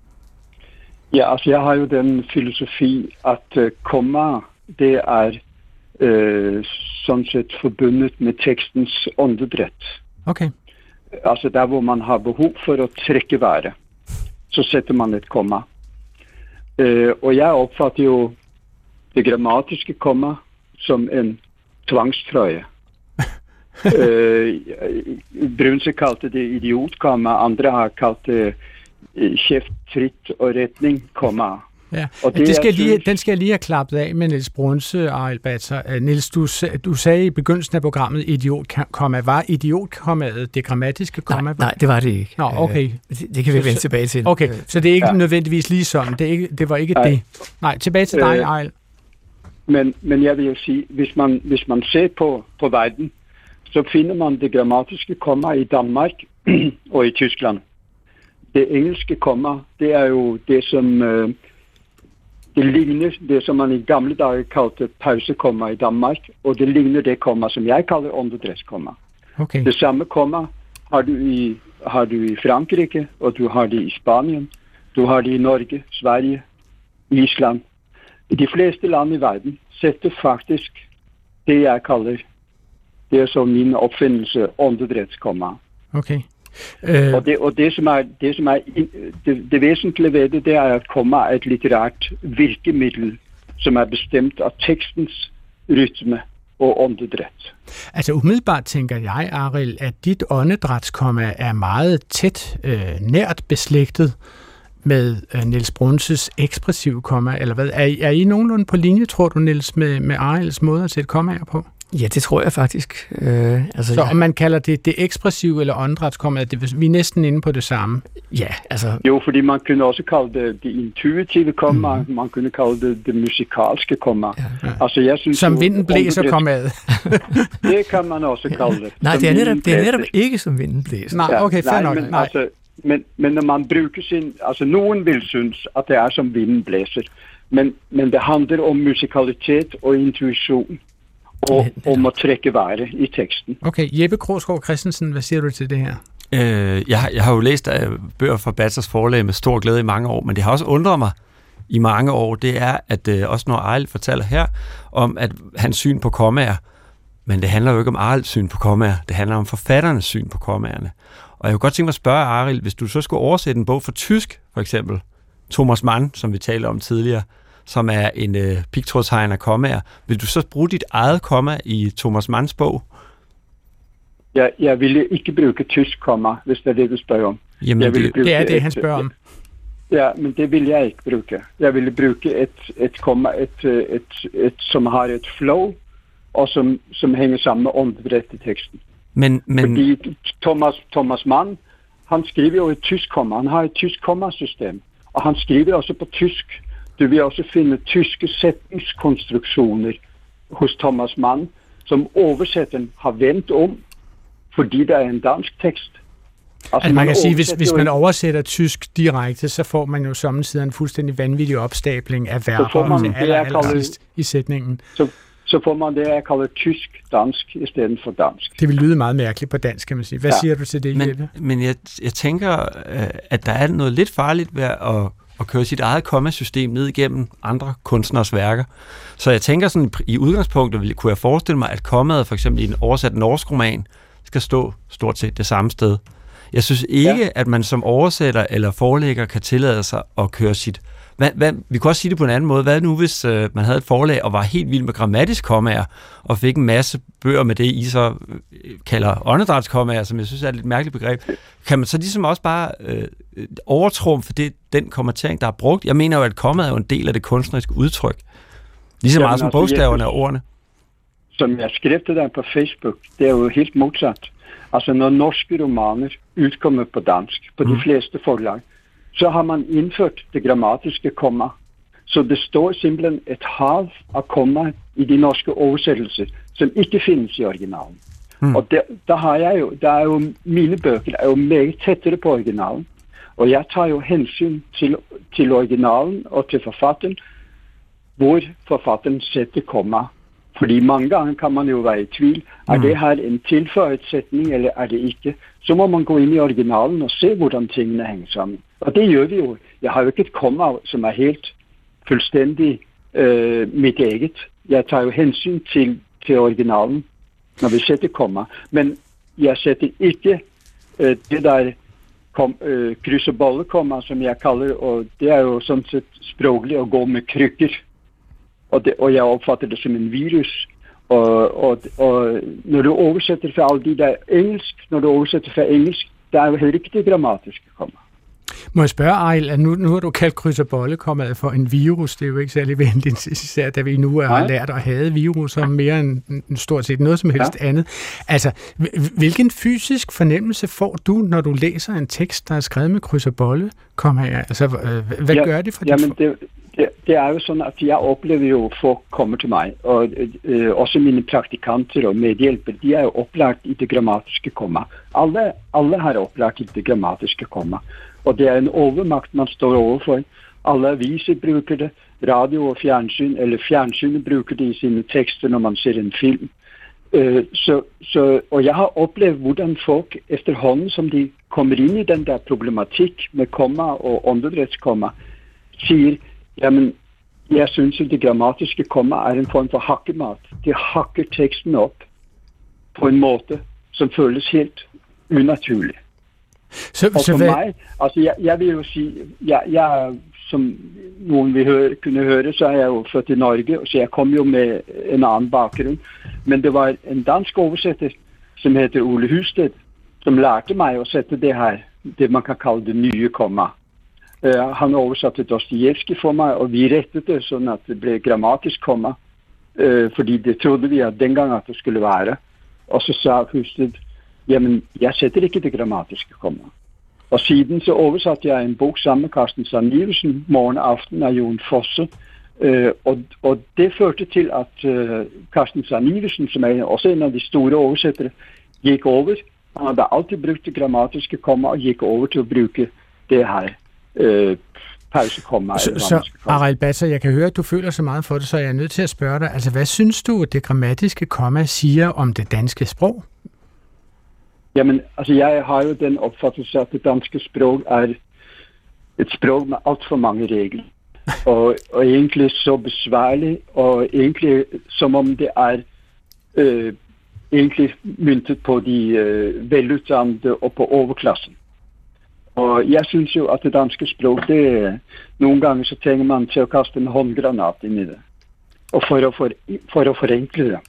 Ja, altså jeg har jo den filosofi, at uh, komma, det er uh, sådan set forbundet med tekstens åndedræt. Okay. Altså der, hvor man har behov for at trække vejret, så sætter man et komma. Uh, og jeg opfatter jo det grammatiske komma som en tvangstrøje. uh, Brunse kaldte det idiotkomma, andre har kaldt det uh, kæft, trit og retning komma. Ja, og det det skal lige, den skal jeg lige have klappet af med Niels Brunse, Arild Batzer. Niels, du, du sagde i begyndelsen af programmet idiotkomma. Var idiotkommaet det grammatiske komma? Nej, nej, det var det ikke. Nå, okay. Det, det kan vi vende tilbage til. Okay, så det er ikke ja. nødvendigvis lige sådan. Det, er ikke, det var ikke nej. det. Nej, tilbage til dig, Arild. Men, men jeg vil jo sige, hvis man, hvis man ser på, på verden, så finder man det grammatiske komma i Danmark og i Tyskland. Det engelske komma, det er jo det, som øh, det ligner det, som man i gamle dage kaldte pausekomma i Danmark, og det ligner det komma, som jeg kalder åndedrætskomma. Okay. Det samme komma har du, i, har du i Frankrike, og du har det i Spanien, du har det i Norge, Sverige, Island. I de fleste lande i verden sætter faktisk det, jeg kalder, det er så min opfindelse, åndedrætskomma. Okay. Uh... Og, det, og det, som er, det, som er det, det væsentlige ved det, det er, at komma er et litterært virkemiddel, som er bestemt af tekstens rytme og åndedræt. Altså umiddelbart tænker jeg, Arild, at dit åndedrætskomma er meget tæt, øh, nært beslægtet med uh, Niels Brunses ekspressive komma, eller hvad? Er, er I nogenlunde på linje, tror du, Niels, med, med Arilds måde at sætte kommaer på? Ja, det tror jeg faktisk. Øh, altså, så jeg... om man kalder det det ekspressive eller åndedrætskomma, det, vi er næsten inde på det samme. Ja, altså... Jo, fordi man kunne også kalde det det intuitive komma, mm. man kunne kalde det det musikalske komma. Ja, ja. Altså, jeg synes, som vinden blæser kommaet. Det kan man også kalde det. Nej, det er, netop, det er netop ikke som vinden blæser. Nej, okay, fair nok. Men, altså, men, men når man bruger sin... Altså, nogen vil synes, at det er som vinden blæser. Men, men det handler om musikalitet og intuition. Og om at trække vejret i teksten. Okay, Jeppe Krogsgaard Christensen, hvad siger du til det her? Øh, jeg, jeg har jo læst uh, bøger fra Batzers forlag med stor glæde i mange år, men det har også undret mig i mange år, det er, at uh, også når Arild fortæller her, om at hans syn på kommaer, men det handler jo ikke om Arilds syn på kommaer, det handler om forfatternes syn på kommaerne. Og jeg kunne godt tænke mig at spørge Arild, hvis du så skulle oversætte en bog fra tysk, for eksempel, Thomas Mann, som vi talte om tidligere, som er en øh, pigtrådshegn af kommaer. Vil du så bruge dit eget komma i Thomas Manns bog? Ja, jeg ville ikke bruge tysk komma, hvis det er det, du spørger om. Jamen, det, det er det, han spørger om. Ja, men det vil jeg ikke bruge. Jeg ville bruge et, et komma, et, et, et, et, som har et flow, og som, som hænger sammen med åndedræt i teksten. Men, men... Fordi Thomas, Thomas Mann, han skriver jo et tysk komma. Han har et tysk kommasystem. Og han skriver også på tysk. Du vil også finde tyske sætningskonstruktioner hos Thomas Mann, som oversætteren har vendt om, fordi der er en dansk tekst. Altså, altså man, man kan sige, hvis, hvis man oversætter tysk direkte, så får man jo samtidig en fuldstændig vanvittig opstabling af verber til aller, aller sidst i sætningen. Så, så får man det, jeg kalder tysk-dansk i stedet for dansk. Det vil lyde meget mærkeligt på dansk, kan man sige. Hvad ja. siger du til det, Jeppe? Men, men jeg, jeg tænker, at der er noget lidt farligt ved at at køre sit eget kommasystem ned igennem andre kunstners værker. Så jeg tænker sådan, i udgangspunktet kunne jeg forestille mig, at kommaet for eksempel i en oversat norsk roman skal stå stort set det samme sted. Jeg synes ikke, ja. at man som oversætter eller forlægger kan tillade sig at køre sit... Hvad, hvad, vi kunne også sige det på en anden måde. Hvad nu, hvis øh, man havde et forlag og var helt vild med grammatisk kommaer, og fik en masse bøger med det, I så øh, kalder åndedrætskommaer, som jeg synes er et lidt mærkeligt begreb. Kan man så ligesom også bare øh, overtrumfe det, den kommatering, der er brugt? Jeg mener jo, at kommaet er jo en del af det kunstneriske udtryk. Lige så meget som bogstaverne og ordene. som jeg skrev til dig på Facebook, det er jo helt modsat. Altså når norske romaner udkommer på dansk, på de fleste forlag, så har man indført det grammatiske komma. Så det står simpelthen et hav af komma i de norske oversættelser, som ikke findes i originalen. Mm. Og der, der har jeg jo, der er jo, mine bøger er jo meget tættere på originalen. Og jeg tager jo hensyn til, til originalen og til forfatteren, hvor forfatteren sætter komma. Fordi mange gange kan man jo være i tvivl, er det her en tilføjet sætning, eller er det ikke? Så må man gå ind i originalen og se, hvordan tingene hænger sammen. Og det gør vi jo. Jeg har jo ikke et komma, som er helt fuldstændig øh, mit eget. Jeg tager jo hensyn til, til originalen, når vi sætter komma. Men jeg sætter ikke øh, det der kom, øh, kryds- og bollekomma, som jeg kalder, og det er jo sådan set sprogligt at gå med krykker. Og, det, og jeg opfatter det som en virus. Og, og, og når du oversætter for alle de der engelsk, når du oversætter for engelsk, der er jo heller ikke det grammatiske komma. Må jeg spørge, Arild, at nu, nu har du kaldt kryds- og bollekommaet for en virus. Det er jo ikke særlig venligt, især da vi nu har lært at have viruser mere end, end stort set noget som helst ja. andet. Altså, hvilken fysisk fornemmelse får du, når du læser en tekst, der er skrevet med kryds- og bollekommaer? Altså, hvad ja, gør det for jamen, det? Det, det er jo sådan, at jeg oplever jo, at folk kommer til mig, og øh, også mine praktikanter og medhjælper, de er jo oplagt i det grammatiske komma. Alle, alle har oplagt i det grammatiske komma. Og det er en overmagt, man står overfor. Alle aviser bruger det, radio og fjernsyn, eller fjernsynet bruger det i sine tekster, når man ser en film. Uh, så, så, og jeg har oplevet, hvordan folk efterhånden, som de kommer ind i den der problematik med komma og åndedrætskomma, siger, jamen, jeg synes, at det grammatiske komma er en form for hakkemat. Det hakker teksten op på en måde, som føles helt unaturlig. Så, og for så mig, altså jeg, jeg vil jo sige, jeg, jeg, som nogen vil høre, kunne høre, så er jeg jo født i Norge, så jeg kom jo med en anden baggrund. Men det var en dansk oversætter, som heter Ole Husted, som lærte mig at sætte det her, det man kan kalde det nye komma. Uh, han oversatte Dostojevskij for mig, og vi rettede det sådan, at det blev grammatisk komma, uh, fordi det troede vi at dengang, at det skulle være. Og så sagde Husted, jamen, jeg sætter ikke det grammatiske komma. Og siden så oversatte jeg en bog sammen med Carsten Sand Iversen, Morgen og Aften af Jon Fosse, uh, og, og det førte til, at uh, Carsten Sand Iversen, som er også en af de store oversættere, gik over. Han havde altid brugt det grammatiske komma, og gik over til at bruge det her Øh, pausekomma. Så, så Arild Batzer, jeg kan høre, at du føler så meget for det, så jeg er nødt til at spørge dig, altså hvad synes du, at det grammatiske komma siger om det danske sprog? Jamen, altså jeg har jo den opfattelse, at det danske sprog er et sprog med alt for mange regler. og, og egentlig så besværligt, og egentlig som om det er øh, egentlig myntet på de øh, veluddannede og på overklassen. Og jeg synes jo, at det danske sprog, det nogle gange så tænker man til at kaste en håndgranat ind i det. Og for at, for, for at forenkle det.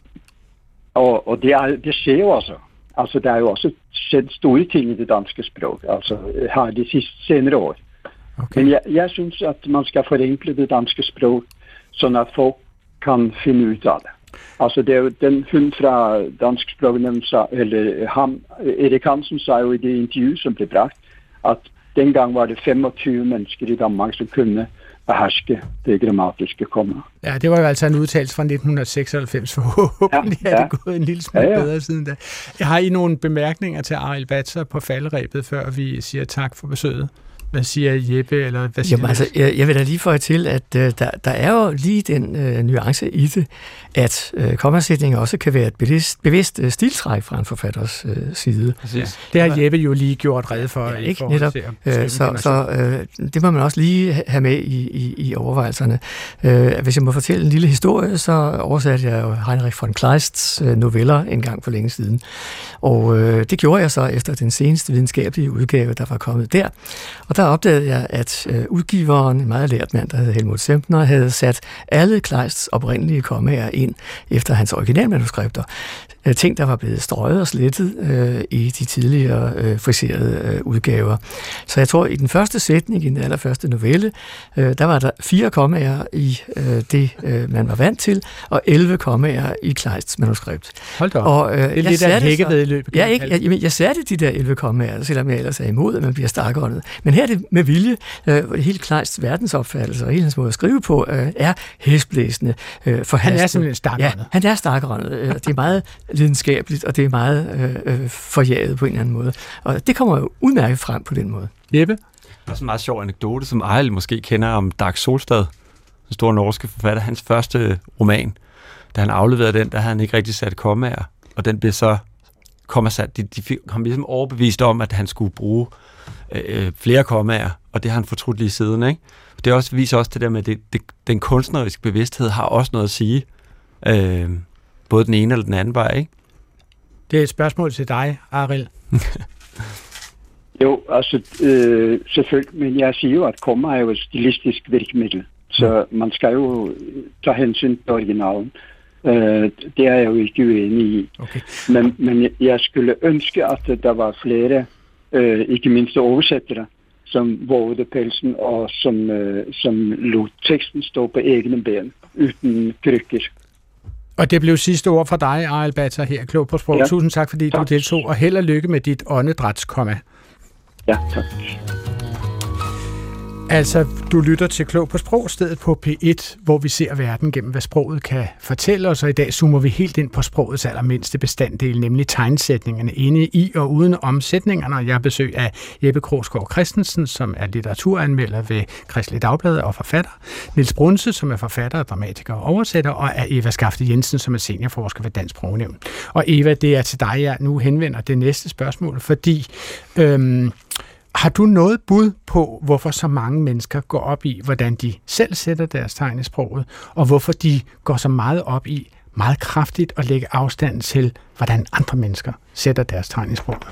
Og, og det, er, det sker jo også. Altså, der er jo også sket store ting i det danske sprog, altså her de sidste senere år. Okay. Men jeg, jeg synes, at man skal forenkle det danske sprog, så at folk kan finde ud af det. Altså, det er jo den hund fra dansk sprognævn, eller ham, Erik Hansen, sagde jo i det interview, som blev bragt, at dengang var det femogtyve mennesker i Danmark, som kunne beherske det grammatiske komma. Ja, det var jo altså en udtalelse fra nitten seksoghalvfems, forhåbentlig ja, ja. er det gået en lille smule ja, ja. bedre siden da. Har I nogle bemærkninger til Arild Batzer på falderebet, før vi siger tak for besøget? Hvad siger Jeppe, eller hvad siger Jamen, altså, jeg, jeg vil da lige få til, at øh, der, der er jo lige den øh, nuance i det, at øh, kommasætninger også kan være et bevidst, bevidst øh, stiltræk fra en forfatters øh, side. Præcis. Det har Jeppe jo lige gjort rede for. Ja, ikke netop. Til øh, så så øh, det må man også lige have med i, i, i overvejelserne. Øh, hvis jeg må fortælle en lille historie, så oversatte jeg jo Heinrich von Kleists øh, noveller en gang for længe siden. Og øh, det gjorde jeg så efter den seneste videnskabelige udgave, der var kommet der. Og der opdagede jeg, at øh, udgiveren, en meget lært mand, der hed Helmut Sempner, havde sat alle Kleists oprindelige kommaer ind efter hans originalmanuskripter. øh, ting, der var blevet strøget og slettet øh, i de tidligere øh, friserede øh, udgaver. Så jeg tror, i den første sætning, i den allerførste novelle, øh, der var der fire kommaer i øh, det, øh, man var vant til, og elleve kommaer i Kleists manuskript. Hold da op. Og, øh, det er lidt af hækkevedløb. Jeg, ikke, jeg, jeg, jeg satte de der elleve kommaer, selvom jeg ellers er imod, at man bliver stakåndet. Men her er det med vilje, øh, hele Kleists verdensopfattelse og hele hans måde at skrive på, øh, er hæsblæsende, øh, forhastet. Han er simpelthen stakåndet. Ja, han er stakåndet. Øh, det er meget lidenskabeligt, og det er meget øh, forjaget på en eller anden måde. Og det kommer jo udmærket frem på den måde. Jeppe? Det er også en meget sjov anekdote, som Ejl måske kender om Dag Solstad, den store norske forfatter. Hans første roman, da han afleverede den, der havde han ikke rigtig sat kommaer, og den blev så kommasat. De, de fik, han blev ligesom overbevist om, at han skulle bruge øh, flere kommaer, og det har han fortrudt lige siden, ikke? Det også, viser også det der med, at det, det, den kunstneriske bevidsthed har også noget at sige. Øh, både den ene eller den anden vej, ikke? Det er et spørgsmål til dig, Arild. Jo, altså øh, selvfølgelig, men jeg siger jo, at komma er jo et stilistisk virkemiddel, så man skal jo tage hensyn til originalen. Øh, det er jeg jo ikke uenig i. Okay. Men, men jeg skulle ønske, at der var flere, øh, ikke mindst oversættere, som vågede pelsen og som, øh, som lod teksten stå på egne ben, uden krykker. Og det blev sidste ord fra dig, Arild Batter, her Klog på Sprog. Ja. Tusind tak, fordi tak. du deltog, og held og lykke med dit åndedrætskomma. Ja, tak. Altså, du lytter til Klog på Sprog, stedet på P et, hvor vi ser verden gennem, hvad sproget kan fortælle os, og i dag zoomer vi helt ind på sprogets allermindste bestanddel, nemlig tegnsætningerne inde i og uden om sætningerne, og jeg har besøg af Jeppe Krogsgaard Christensen, som er litteraturanmelder ved Kristeligt Dagblad og forfatter, Niels Brunse, som er forfatter, dramatiker og oversætter, og af Eva Skafte Jensen, som er seniorforsker ved Dansk Sprognævn. Og Eva, det er til dig, jeg nu henvender det næste spørgsmål, fordi øhm, har du noget bud på, hvorfor så mange mennesker går op i, hvordan de selv sætter deres tegn i sproget, og hvorfor de går så meget op i meget kraftigt at lægge afstand til, hvordan andre mennesker sætter deres tegn i sproget?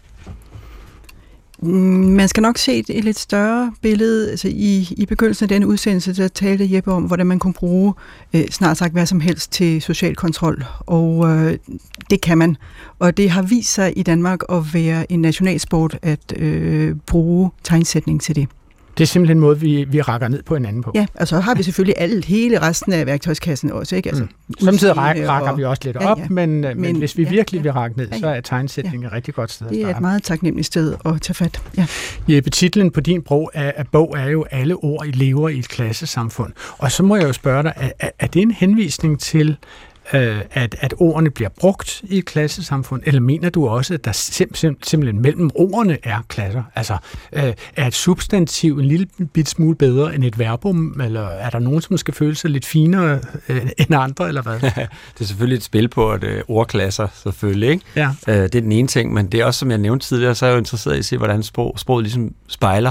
Man skal nok se et lidt større billede. Altså i, i begyndelsen af denne udsendelse, der talte Jeppe om, hvordan man kunne bruge øh, snart sagt hvad som helst til social kontrol, og øh, det kan man. Og det har vist sig i Danmark at være en nationalsport at øh, bruge tegnsætning til det. Det er simpelthen en måde, vi, vi rakker ned på hinanden på. Ja, og så har vi selvfølgelig alle, hele resten af værktøjskassen også, ikke? Altså, mm. Samtidig rak, rakker og, vi også lidt ja, op, ja. Men, men, men hvis vi ja, virkelig ja, vil rakke ned, ja, ja. så er tegnsætning ja. et rigtig godt sted at starte. Det er et meget taknemmeligt sted at tage fat. Ja. Jeppe, titlen på din bog er, er bog er jo Alle ord, I lever i et klassesamfund. Og så må jeg jo spørge dig, er, er, er det en henvisning til, At, at ordene bliver brugt i et klassesamfund, eller mener du også, at der sim, sim, simpelthen mellem ordene er klasser? Altså, øh, er et substantiv en lille bit smule bedre end et verbum, eller er der nogen, som skal føle sig lidt finere øh, end andre, eller hvad? Det er selvfølgelig et spil på at øh, ordklasser, selvfølgelig, ikke? Ja. Øh, det er den ene ting, men det er også, som jeg nævnte tidligere, så er jeg jo interesseret i at se, hvordan sprog, sproget ligesom spejler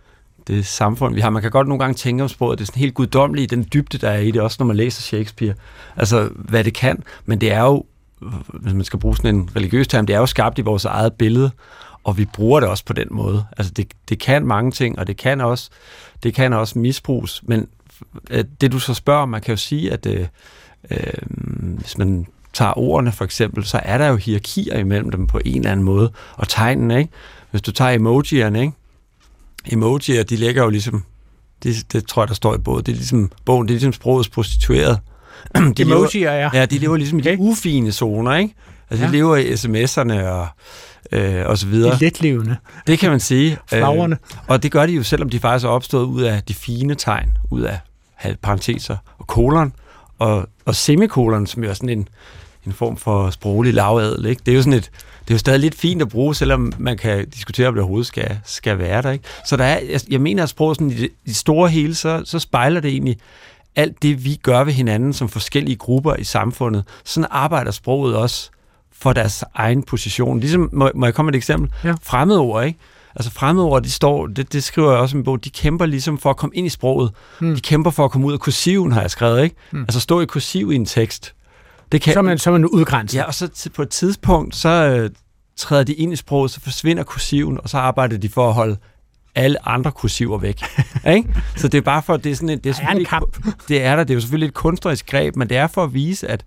det samfund, vi har. Man kan godt nogle gange tænke om sproget, det er sådan helt guddommeligt, den dybde, der er i det, også når man læser Shakespeare. Altså, hvad det kan, men det er jo, hvis man skal bruge sådan en religiøs term, det er jo skabt i vores eget billede, og vi bruger det også på den måde. Altså, det, det kan mange ting, og det kan også, det kan også misbruges, men det du så spørger, man kan jo sige, at øh, øh, hvis man tager ordene for eksempel, så er der jo hierarkier imellem dem på en eller anden måde, og tegnene, ikke? Hvis du tager emojierne, ikke? Emojier, de ligger jo ligesom, det, det tror jeg, der står i bogen, det er ligesom, bogen, det er ligesom sprogets prostitueret. De Emojier, ja. Ja, de lever ligesom okay. i de ufine zoner, ikke? Altså, ja. De lever i sms'erne og, øh, og så videre. De letlevende. Det kan man sige. Flagrende. Øh, og det gør de jo, selvom de faktisk er opstået ud af de fine tegn, ud af parenteser og kolon, og, og semikolon, som jo er sådan en, en form for sproglig lavadel, ikke? Det er jo sådan et, det er jo stadig lidt fint at bruge, selvom man kan diskutere, om det overhovedet skal, skal være der, ikke? Så der er, jeg, jeg mener, at sproget sådan i det, i det store hele, så, så spejler det egentlig alt det, vi gør ved hinanden som forskellige grupper i samfundet. Sådan arbejder sproget også for deres egen position. Ligesom, må, må jeg komme med et eksempel? Ja. Fremmedord, ikke? Altså fremmedord, de står, det, det skriver jeg også i min bog, de kæmper ligesom for at komme ind i sproget. Hmm. De kæmper for at komme ud af kursiven, har jeg skrevet, ikke? Hmm. Altså stå i kursiv i en tekst. Det kan, så er man, så er man udgrænset. Ja, og så på et tidspunkt, så øh, træder de ind i sproget, så forsvinder kursiven, og så arbejder de for at holde alle andre kursiver væk. Ikke? Så det er bare for, det er sådan en, det er, er en kamp. Det er der, det er jo selvfølgelig et kunstnerisk greb, men det er for at vise, at,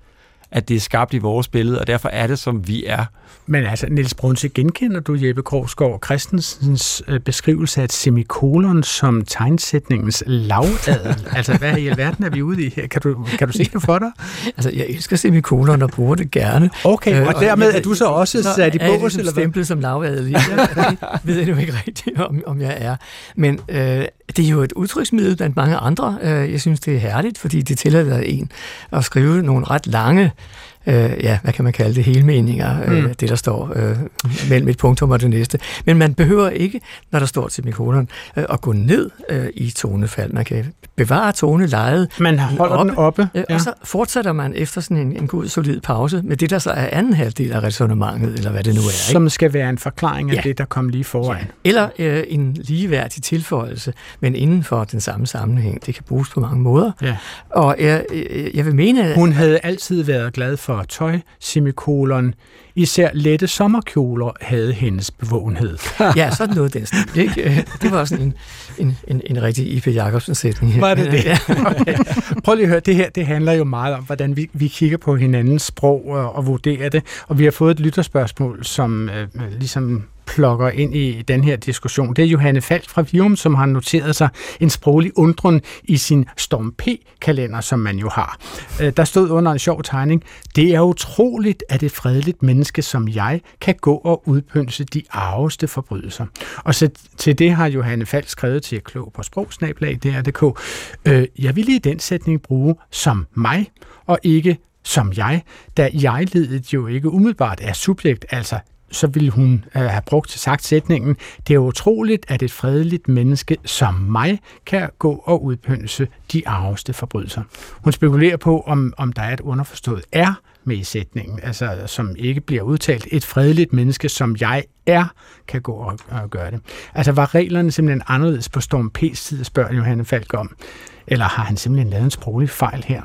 at det er skabt i vores billede, og derfor er det, som vi er. Men altså, Niels Brunse, genkender du Jeppe Krogsgaard Christensens øh, beskrivelse af et semikolon som tegnsætningens lavadel? Altså, hvad i alverden er vi ude i her? Kan du, kan du se det for dig? Altså, jeg elsker semikolon og bruger det gerne. Okay, og, og dermed er du så også så sat i bås, eller hvad? Stemplet som lavadel. Ja, det ved jeg jo ikke rigtigt, om, om jeg er. Men øh, det er jo et udtryksmiddel blandt mange andre. Jeg synes, det er herligt, fordi det tillader en at skrive nogle ret lange Øh, ja, hvad kan man kalde det, helmeninger, øh, mm. det der står øh, mellem et punktum og det næste. Men man behøver ikke, når der står semikolon, øh, at gå ned øh, i tonefald. Man kan bevare tonelejet. Man holder oppe, den oppe. Øh, ja. Og så fortsætter man efter sådan en, en god, solid pause med det, der så er anden halvdel af resonemanget, eller hvad det nu er. Som ikke? Skal være en forklaring af ja. det, der kom lige foran. Ja. Eller øh, en ligeværdig tilføjelse, men inden for den samme sammenhæng. Det kan bruges på mange måder. Ja. Og jeg, jeg vil mene... At hun havde altid været glad for tøj, semikolon. Især lette sommerkjoler havde hendes bevågenhed. Ja, sådan noget den stil, ikke? Det var sådan en, en, en, en rigtig I P Jacobsen-sætning her. Var det det? Okay. Prøv lige at høre, det her det handler jo meget om, hvordan vi, vi kigger på hinandens sprog og, og vurderer det. Og vi har fået et lytterspørgsmål, som øh, ligesom plukker ind i den her diskussion. Det er Johanne Falk fra Virum, som har noteret sig en sproglig undren i sin Storm P-kalender, som man jo har. Der stod under en sjov tegning: det er utroligt, at et fredeligt menneske som jeg kan gå og udpynse de arveste forbrydelser. Og så til det har Johanne Falk skrevet til klog på sprogsnablag punktum d r punktum d k. Øh, jeg ville i den sætning bruge som mig, og ikke som jeg, da jeg-ledet jo ikke umiddelbart er subjekt, altså så ville hun øh, have brugt sagt sætningen: det er utroligt, at et fredeligt menneske som mig kan gå og udpynse de arveste forbrydelser. Hun spekulerer på, om, om der er et underforstået er med i sætningen, altså som ikke bliver udtalt. Et fredeligt menneske som jeg er, kan gå og, og gøre det. Altså var reglerne simpelthen anderledes på Storm P's side, spørger Johanne Falk om, eller har han simpelthen lavet en sproglig fejl her?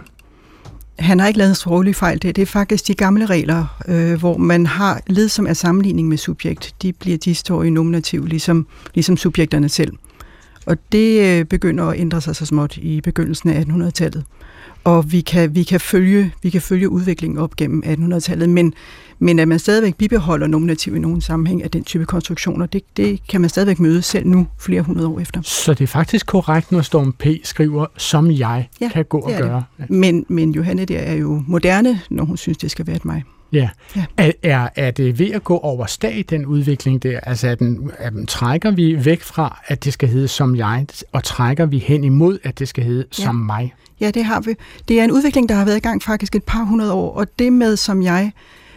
Han har ikke lavet en sproglig fejl. Det, det er faktisk de gamle regler, øh, hvor man har led, som er sammenligning med subjekt. De bliver de står i nominativ, ligesom, ligesom subjekterne selv. Og det øh, begynder at ændre sig så småt i begyndelsen af attenhundredetallet. Og vi kan, vi kan, følge, vi kan følge udviklingen op gennem attenhundredetallet, men, men at man stadigvæk bibeholder nominativ i nogen sammenhæng af den type konstruktioner, det, det kan man stadigvæk møde selv nu, flere hundrede år efter. Så det er faktisk korrekt, når Storm P skriver, som jeg ja, kan gå og gøre. Ja. Men, men Johanne der er jo moderne, når hun synes, det skal være et mig. Ja. ja. Er, er, er det ved at gå over stag, den udvikling der? Altså, er den, er den, trækker vi væk fra, at det skal hedde som jeg, og trækker vi hen imod, at det skal hedde ja. som mig? Ja, det har vi. Det er en udvikling, der har været i gang faktisk et par hundrede år, og det med som jeg,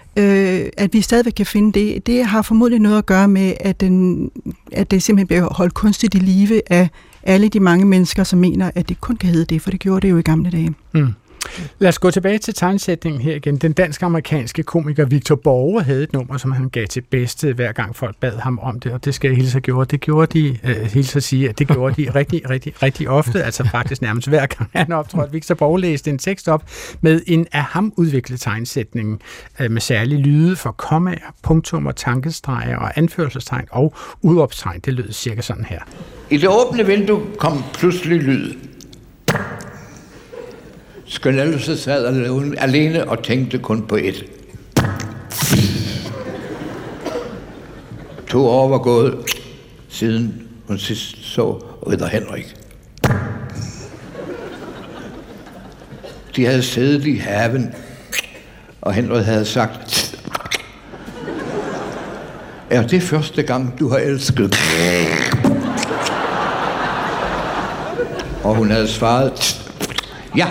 øh, at vi stadigvæk kan finde det, det har formodentlig noget at gøre med, at, den, at det simpelthen bliver holdt kunstigt i live af alle de mange mennesker, som mener, at det kun kan hedde det, for det gjorde det jo i gamle dage. Mm. Lad os gå tilbage til tegnsætningen her igen. Den dansk-amerikanske komiker Victor Borge havde et nummer, som han gav til bedste, hver gang folk bad ham om det, og det skal jeg hilse at gjorde. Det gjorde de, øh, hilse at sige, at det gjorde de rigtig, rigtig, rigtig ofte, altså faktisk nærmest hver gang han optrådte. Victor Borge læste en tekst op med en af ham udviklet tegnsætning øh, med særlige lyde for kommaer, punktummer, tankestreger og anførselstegn og udråbstegn. Det lød cirka sådan her. I det åbne vindue kom pludselig lyd. Skønelse sad alene og tænkte kun på ét. To år var gået, siden hun sidst så ridder Henrik. De havde siddet i haven, og Henrik havde sagt: er det første gang, du har elsket? Og hun havde svaret: ja.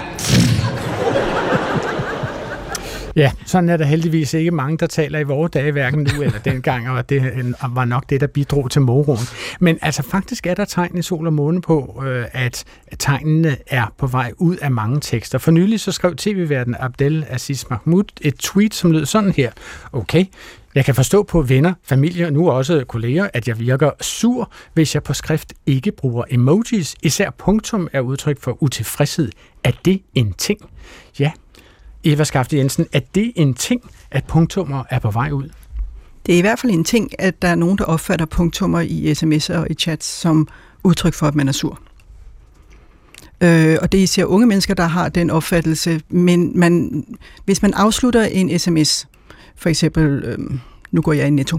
Ja, sådan er der heldigvis ikke mange, der taler i vore dage, hverken nu eller dengang, og det var nok det, der bidrog til moroen. Men altså faktisk er der tegn i Sol og Måne på, at tegnene er på vej ud af mange tekster. For nylig så skrev tv-værten Abdel Aziz Mahmoud et tweet, som lød sådan her: okay, jeg kan forstå på venner, familie og nu også kolleger, at jeg virker sur, hvis jeg på skrift ikke bruger emojis. Især punktum er udtryk for utilfredshed. Er det en ting? Ja. Eva Skafte Jensen, er det en ting, at punktummer er på vej ud? Det er i hvert fald en ting, at der er nogen, der opfatter punktummer i sms'er og i chats som udtryk for, at man er sur. Øh, og det er især unge mennesker, der har den opfattelse. Men man, hvis man afslutter en sms, for eksempel, øh, nu går jeg i Netto,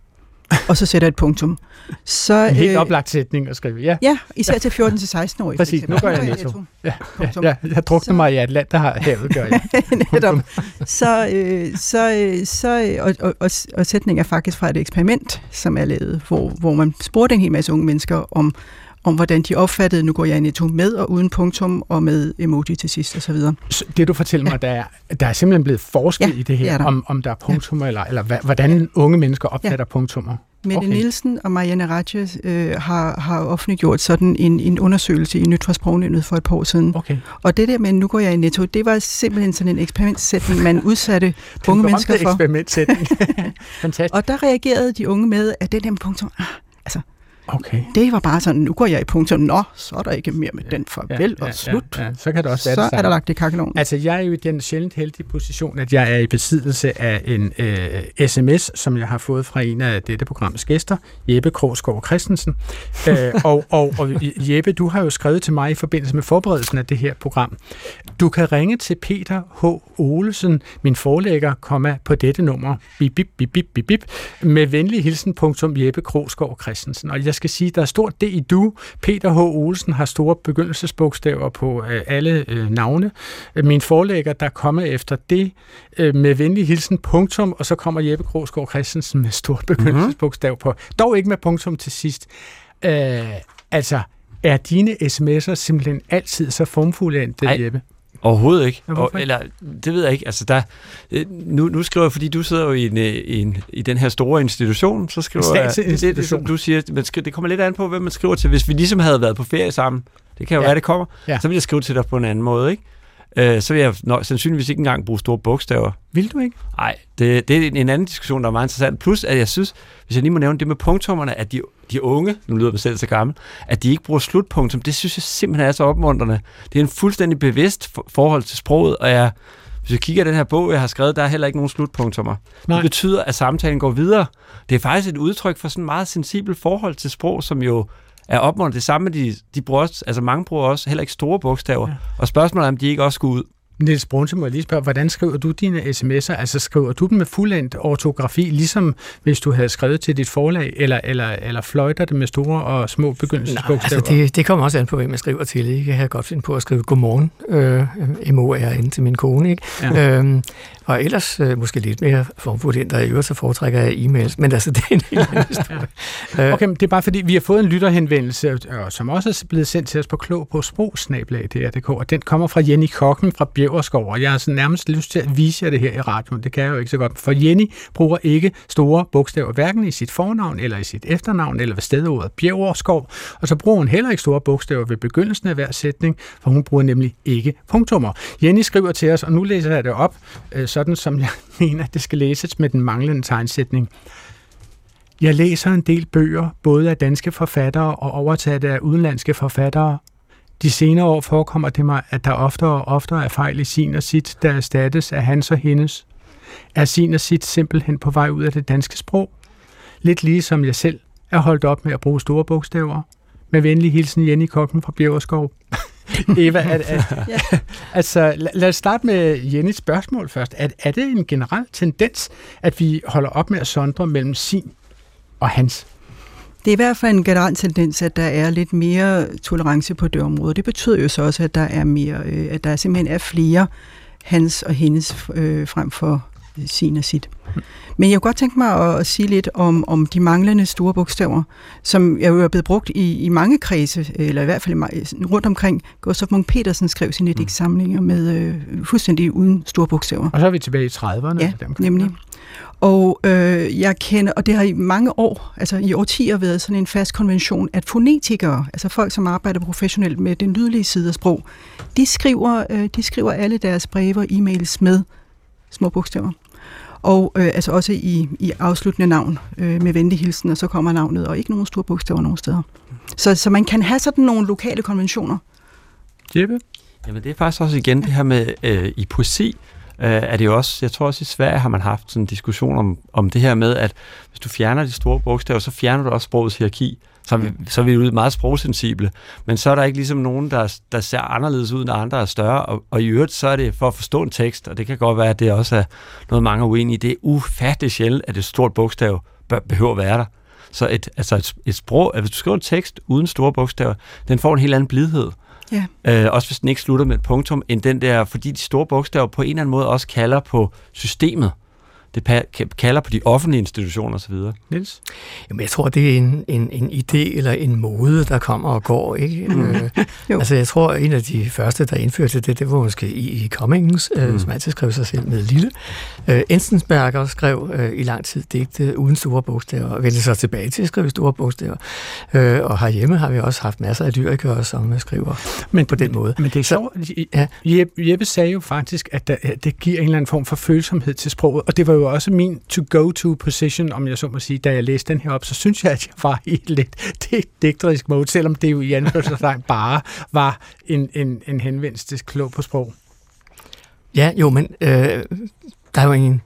og så sætter et punktum. Så, en helt øh, oplagt sætning at skrive, ja. Ja, især til fjorten til seksten-årige. Præcis, nu går jeg i Netto. Ja, ja, ja, jeg drukner mig i Atlant, der har havet, gør jeg. Netop. Så, øh, så, så, og, og, og, og sætningen er faktisk fra et eksperiment, som er lavet, hvor, hvor man spurgte en hel masse unge mennesker om, om hvordan de opfattede, nu går jeg i Netto med og uden punktum og med emoji til sidst osv. Det du fortæller mig, der er, der er simpelthen blevet forsket ja, i det her, det der. om, om der er punktummer, ja. eller, eller hvordan unge mennesker opfatter ja. punktummer. Mette okay. Nielsen og Marianne Ratje øh, har, har offentliggjort sådan en, en undersøgelse i Nyt fra Sprognævnet for et par år siden. Okay. Og det der med, nu går jeg i Netto, det var simpelthen sådan en eksperimentsætning, man udsatte unge mennesker for. eksperimentsætning. Fantastisk. Og der reagerede de unge med, at det der med punktum, ah, altså, okay. det var bare sådan, nu går jeg i punktum, nå, så er der ikke mere med ja, den farvel ja, ja, og slut. Ja, ja. Så kan det også være så det er der lagt det i kakkeloven. Altså, jeg er jo i den sjældent heldige position, at jeg er i besiddelse af en øh, sms, som jeg har fået fra en af dette programs gæster, Jeppe Krogsgaard Christensen. øh, og, og, og Jeppe, du har jo skrevet til mig i forbindelse med forberedelsen af det her program. Du kan ringe til Peter H. Olesen, min forlægger, komma, på dette nummer, bip, bip, bip, bip, bip, bip, med venlig hilsen, punktum, Jeppe Krogsgaard Christensen. Og jeg skal sige, der er stort D i du. Peter H. Olsen har store begyndelsesbogstaver på øh, alle øh, navne. Min forlægger, der kommer efter det, øh, med venlig hilsen, punktum, og så kommer Jeppe Krogsgaard Christensen med stort begyndelsesbogstav på. Dog ikke med punktum til sidst. Øh, altså, er dine sms'er simpelthen altid så formfulde end det, Jeppe? Overhovedet ikke. Og, eller, det ved jeg ikke. Altså, der, nu, nu skriver jeg, fordi du sidder jo i, en, i, en, i den her store institution, så skriver jeg, det, det, det, som du siger, man skriver, det kommer lidt an på, hvem man skriver til. Hvis vi ligesom havde været på ferie sammen, det kan jo ja. være, det kommer, ja. så vil jeg skrive til dig på en anden måde, ikke? Øh, så vil jeg nok, sandsynligvis ikke engang bruge store bogstaver. Vil du ikke? Nej, det, det er en anden diskussion, der er meget interessant. Plus, at jeg synes, hvis jeg lige må nævne det med punktummerne, at de, de unge, nu lyder jeg selv så gammel, at de ikke bruger slutpunktum, det synes jeg simpelthen er så opmuntrende. Det er en fuldstændig bevidst for, forhold til sproget, og jeg, hvis jeg kigger den her bog, jeg har skrevet, der er heller ikke nogen slutpunktummer. Nej. Det betyder, at samtalen går videre. Det er faktisk et udtryk for sådan en meget sensibel forhold til sprog, som jo er opmuntret. Det samme med de, de bruger også, altså mange bruger også heller ikke store bogstaver. Ja. Og spørgsmålet er, om de ikke også går ud. Niels Brunse, må jeg lige spørge, hvordan skriver du dine sms'er? Altså skriver du dem med fuldendt ortografi, ligesom hvis du havde skrevet til dit forlag, eller, eller, eller fløjter det med store og små begyndelsesbogstaver? Nej, altså det, det kommer også an på, hvem jeg skriver til. Jeg kan godt finde på at skrive godmorgen, øh, M O R N til min kone, ikke? Ja. Øhm, og ellers øh, måske lidt mere formfuldt, der i øvrigt så foretrækker jeg e-mails, men altså det er en helt anden historie. Okay, men det er bare fordi, vi har fået en lytterhenvendelse, som også er blevet sendt til os på klog på sprogsnablag punktum d r punktum d k, og den kommer fra Jenny Kokken fra Bjæverskov, og jeg har sådan nærmest lyst til at vise jer det her i radioen. Det kan jeg jo ikke så godt, for Jenny bruger ikke store bogstaver, hverken i sit fornavn eller i sit efternavn, eller ved stedordet Bjæverskov, og så bruger hun heller ikke store bogstaver ved begyndelsen af hver sætning, for hun bruger nemlig ikke punktummer. Jenny skriver til os, og nu læser jeg det op, sådan som jeg mener, det skal læses med den manglende tegnsætning. Jeg læser en del bøger, både af danske forfattere og oversatte af udenlandske forfattere. De senere år forekommer det mig, at der oftere og oftere er fejl i sin og sit, der erstattes af hans og hendes. Er sin og sit simpelthen på vej ud af det danske sprog? Lidt ligesom jeg selv er holdt op med at bruge store bogstaver. Med venlig hilsen Jenny Kokken fra Bjæverskov. Eva, at, at, ja. altså, lad, lad os starte med Jennys spørgsmål først. Er, er det en generel tendens, at vi holder op med at sondre mellem sin og hans? Det er i hvert fald en generel tendens, at der er lidt mere tolerance på det område. Det betyder jo så også, at der er mere, øh, at der simpelthen er flere hans og hendes øh, frem for sin og sit. Men jeg kunne godt tænke mig at, at sige lidt om, om de manglende store bogstaver, som jo er blevet brugt i, i mange kredse, eller i hvert fald rundt omkring. Gustav Munk-Petersen skrev sine mm. digtsamlinger med øh, fuldstændig uden store bogstaver. Og så er vi tilbage i trediverne. Ja, nemlig. Og øh, jeg kender, og det har i mange år, altså i årtier, været sådan en fast konvention, at fonetikere, altså folk, som arbejder professionelt med den lydlige side af sprog, de skriver, øh, de skriver alle deres breve og e-mails med små bogstaver. Og øh, altså også i, i afsluttende navn øh, med venlig hilsen, og så kommer navnet, og ikke nogen store bogstaver nogen steder. Så, så man kan have sådan nogle lokale konventioner. Jeppe? Jamen det er faktisk også igen det her med øh, i poesi, øh, er det jo også, jeg tror også i Sverige har man haft sådan en diskussion om, om det her med, at hvis du fjerner de store bogstaver, så fjerner du også sprogets hierarki. Så er vi, så er vi ude meget sprogsensible, men så er der ikke ligesom nogen, der, der ser anderledes ud, når andre er større, og, og i øvrigt, så er det for at forstå en tekst, og det kan godt være, at det også er noget, mange er uenige i. Det er ufatteligt sjældent, at et stort bogstav behøver at være der. Så et, altså et, et sprog, at hvis du skriver en tekst uden store bogstaver, den får en helt anden blidhed. Ja. Øh, også hvis den ikke slutter med et punktum, end den der, fordi de store bogstaver på en eller anden måde også kalder på systemet. Det kalder på de offentlige institutioner osv. Niels? Jamen, jeg tror, det er en, en, en idé eller en mode, der kommer og går, ikke? Mm. Øh, altså, jeg tror, en af de første, der indførte det, det var måske i, i Cummings, mm. øh, som altid skrev sig selv med lille. Øh, Enzensberger skrev øh, i lang tid digte uden store bogstaver, og vendte så tilbage til at skrive store bogstaver. Øh, og herhjemme har vi også haft masser af lyrikere, som skriver men, på den måde. Men det er så, ja. Jeppe, Jeppe sagde jo faktisk, at der, det giver en eller anden form for følsomhed til sproget, og det var jo også min to-go-to-position, om jeg så må sige, da jeg læste den her op, så synes jeg, at jeg var i et lidt digterisk mode, selvom det jo i anførselstegn bare var en, en, en henvendelse til klog på sprog. Ja, jo, men øh, der er jo en,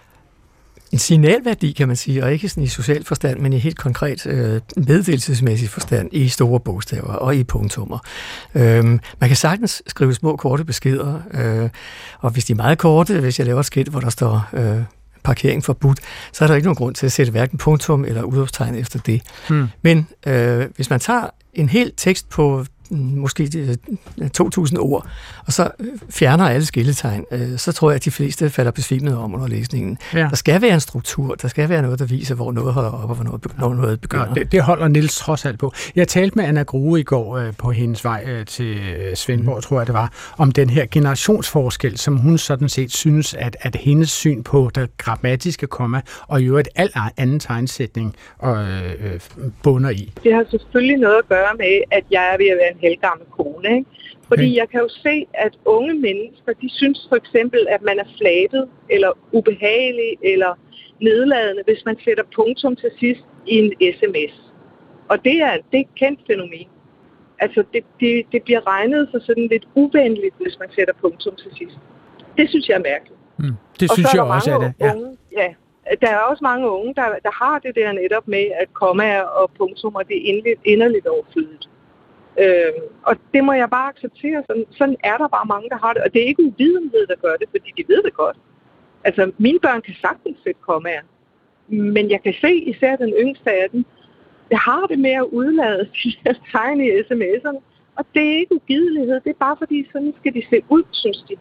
en signalværdi, kan man sige, og ikke sådan i social forstand, men i helt konkret øh, meddelelsesmæssig forstand i store bogstaver og i punktummer. Øh, man kan sagtens skrive små, korte beskeder, øh, og hvis de er meget korte, hvis jeg laver et skilt, hvor der står øh, parkering forbudt, så er der ikke nogen grund til at sætte hverken punktum eller udråbstegn efter det. Hmm. Men øh, hvis man tager en hel tekst på måske to tusind ord, og så fjerner alle skilletegn, øh, så tror jeg, at de fleste falder besvimet om under læsningen. Ja. Der skal være en struktur, der skal være noget, der viser, hvor noget holder op, og hvor noget, når noget begynder. Ja, det, det holder Niels trods alt på. Jeg talte med Anna Grue i går øh, på hendes vej øh, til Svendborg, mm. tror jeg det var, om den her generationsforskel, som hun sådan set synes, at, at hendes syn på det grammatiske komma, og i øvrigt al anden tegnsætning og, øh, bunder i. Det har selvfølgelig noget at gøre med, at jeg er ved at være en helgammel kone, ikke? Fordi okay. jeg kan jo se, at unge mennesker, de synes for eksempel, at man er flabet, eller ubehagelig, eller nedladende, hvis man sætter punktum til sidst i en sms. Og det er, det er et kendt fænomen. Altså, det, det, det bliver regnet for sådan lidt uvenligt, hvis man sætter punktum til sidst. Det synes jeg er mærkeligt. Mm, det og synes jeg også, er det. Ja. Unge, ja. Der er også mange unge, der, der har det der netop med, at kommaer og punktummer, det er inderligt, inderligt overflødigt. Øhm, og det må jeg bare acceptere. Sådan, sådan er der bare mange, der har det. Og det er ikke uvidenhed, der gør det, fordi de ved det godt. Altså, mine børn kan sagtens sætte kommaer. Men jeg kan se, især den yngste af dem, det har det med at udlade de her tegn i sms'erne. Og det er ikke ugidelighed. Det er bare fordi, sådan skal de se ud, synes de.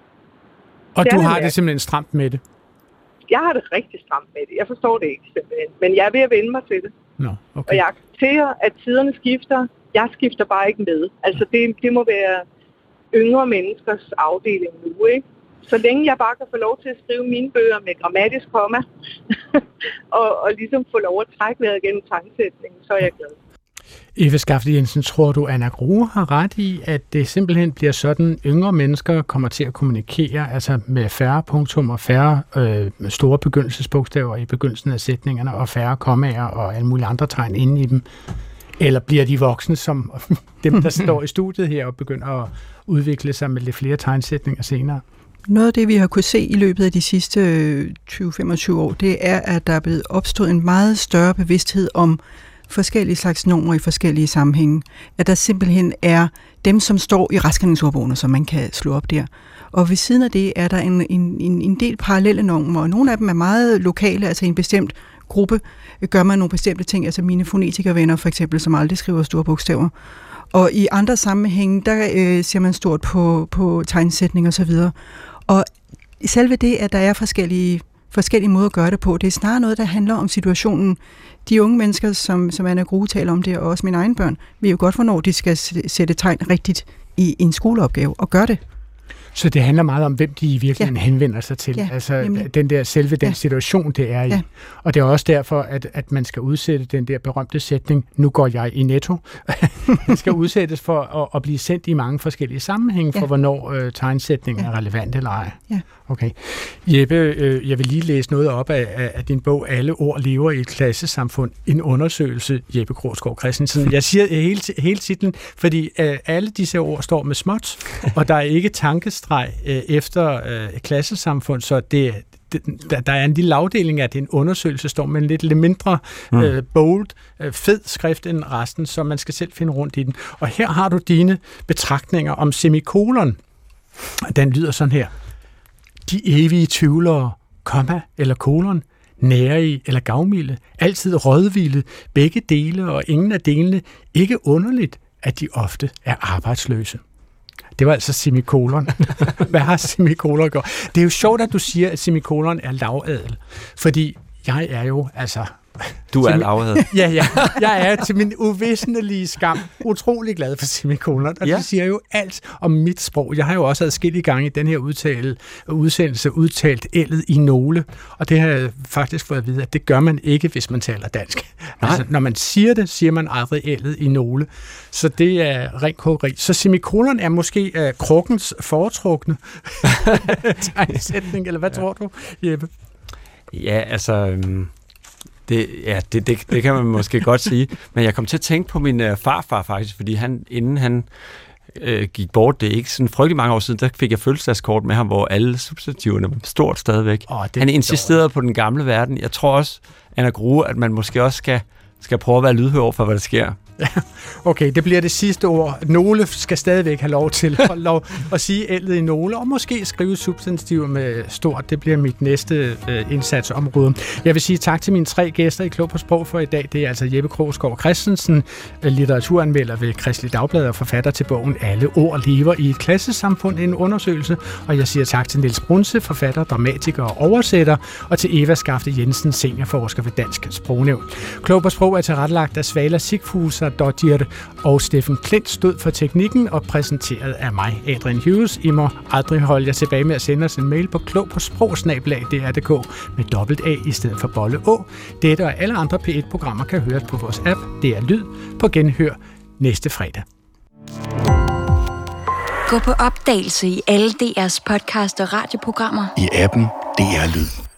Og det du har det simpelthen stramt med det? Jeg har det rigtig stramt med det. Jeg forstår det ikke simpelthen. Men jeg er ved at vende mig til det. No, okay. Og jeg accepterer, at tiderne skifter. Jeg skifter bare ikke med. Altså, det, det må være yngre menneskers afdeling nu, ikke? Så længe jeg bare kan få lov til at skrive mine bøger med grammatisk komma, og, og ligesom få lov at trække vejret gennem tegnsætningen, så er jeg glad. Eva Skafte Jensen, tror du, Anna Grue har ret i, at det simpelthen bliver sådan, yngre mennesker kommer til at kommunikere, altså med færre punktummer, færre øh, store begyndelsesbogstaver i begyndelsen af sætningerne, og færre kommaer og alle mulige andre tegn inde i dem? Eller bliver de voksne, som dem, der står i studiet her, og begynder at udvikle sig med lidt flere tegnsætninger senere? Noget af det, vi har kunnet se i løbet af de sidste tyve til femogtyve år, det er, at der er blevet opstået en meget større bevidsthed om forskellige slags normer i forskellige sammenhænge. At der simpelthen er dem, som står i retskrivningsordbogen, som man kan slå op der. Og ved siden af det er der en, en, en del parallelle normer, og nogle af dem er meget lokale, altså i en bestemt gruppe gør man nogle bestemte ting, altså mine fonetikervenner for eksempel, som aldrig skriver store bogstaver. Og i andre sammenhænge, der øh, ser man stort på, på tegnsætning og så videre. Og selve det, at der er forskellige, forskellige måder at gøre det på, det er snarere noget, der handler om situationen. De unge mennesker, som, som Anna Grue taler om det, og også mine egne børn, ved jo godt, hvornår de skal sætte tegn rigtigt i en skoleopgave, og gøre det. Så det handler meget om, hvem de i virkeligheden ja. henvender sig til. Ja, altså nemlig. den der selve den ja. situation, det er i. Ja. Og det er også derfor, at, at man skal udsætte den der berømte sætning, nu går jeg i Netto. Den skal udsættes for at, at blive sendt i mange forskellige sammenhænge, ja. for hvornår øh, tegnsætningen ja. er relevant eller ej. Ja. Okay. Jeppe, øh, jeg vil lige læse noget op af, af, af din bog, Alle ord lever i et klassesamfund. En undersøgelse, Jeppe Krogsgaard Christensen. Jeg siger hele, hele titlen, fordi øh, alle disse ord står med småt, og der er ikke tankestreg øh, efter øh, klassesamfund, så det, der, der er en lille afdeling af, det er en undersøgelse, står med en lidt, lidt mindre mm. øh, bold, øh, fed skrift end resten, så man skal selv finde rundt i den. Og her har du dine betragtninger om semikolon. Den lyder sådan her. De evige tvivlere, komma eller kolon, nærige eller gavmilde, altid rådvilde, begge dele og ingen af delene, ikke underligt, at de ofte er arbejdsløse. Det var altså semikolon. Hvad har semikolon gjort? Det er jo sjovt, at du siger, at semikolon er lavadel, fordi jeg er jo altså... Du er lavadel. Ja, ja. Jeg er til min uvissendelige skam utrolig glad for semikolon, og ja. Det siger jo alt om mit sprog. Jeg har jo også adskillige gange i den her udtale, udsendelse udtalt ældet i nogle, og det har jeg faktisk fået at vide, at det gør man ikke, hvis man taler dansk. Altså, når man siger det, siger man aldrig ældet i nogle. Så det er rent kogeri. Så semikolon er måske uh, krukkens foretrukne tegnsætning, eller hvad ja. tror du, Jeppe? Ja, altså... Um Det, ja, det, det, det kan man måske godt sige. Men jeg kom til at tænke på min øh, farfar faktisk, fordi han, inden han øh, gik bort, det er ikke sådan frygtelig mange år siden, der fik jeg fødselsdagskort med ham, hvor alle substantiverne var stort stadigvæk. Oh, han insisterede på den gamle verden. Jeg tror også, Anna Grue, at man måske også skal, skal prøve at være lydhør over for, hvad der sker. Okay, det bliver det sidste ord. Nogle skal stadigvæk have lov til at, lov at sige ældet i nogle, og måske skrive substantiver med stort. Det bliver mit næste øh, indsatsområde. Jeg vil sige tak til mine tre gæster i Klog på Sprog for i dag. Det er altså Jeppe Krogsgaard Christensen, litteraturanmelder ved Kristeligt Dagblad og forfatter til bogen Alle ord lever i et klassesamfund, en undersøgelse. Og jeg siger tak til Niels Brunse, forfatter, dramatiker og oversætter, og til Eva Skafte Jensen, seniorforsker ved Dansk Sprognævn. Klog på Sprog er tilrettelagt af Svala Sigfuser Dodgir, og Steffen Klint stod for teknikken og præsenteret af mig, Adrian Hughes. I må aldrig holde jer tilbage med at sende os en mail på klog på sprog snabel-a d r punktum d k med dobbelt A i stedet for bolle å. Dette og alle andre P et-programmer kan høres på vores app D R Lyd på genhør næste fredag. Gå på opdagelse i alle D R's podcast og radioprogrammer. I appen D R Lyd.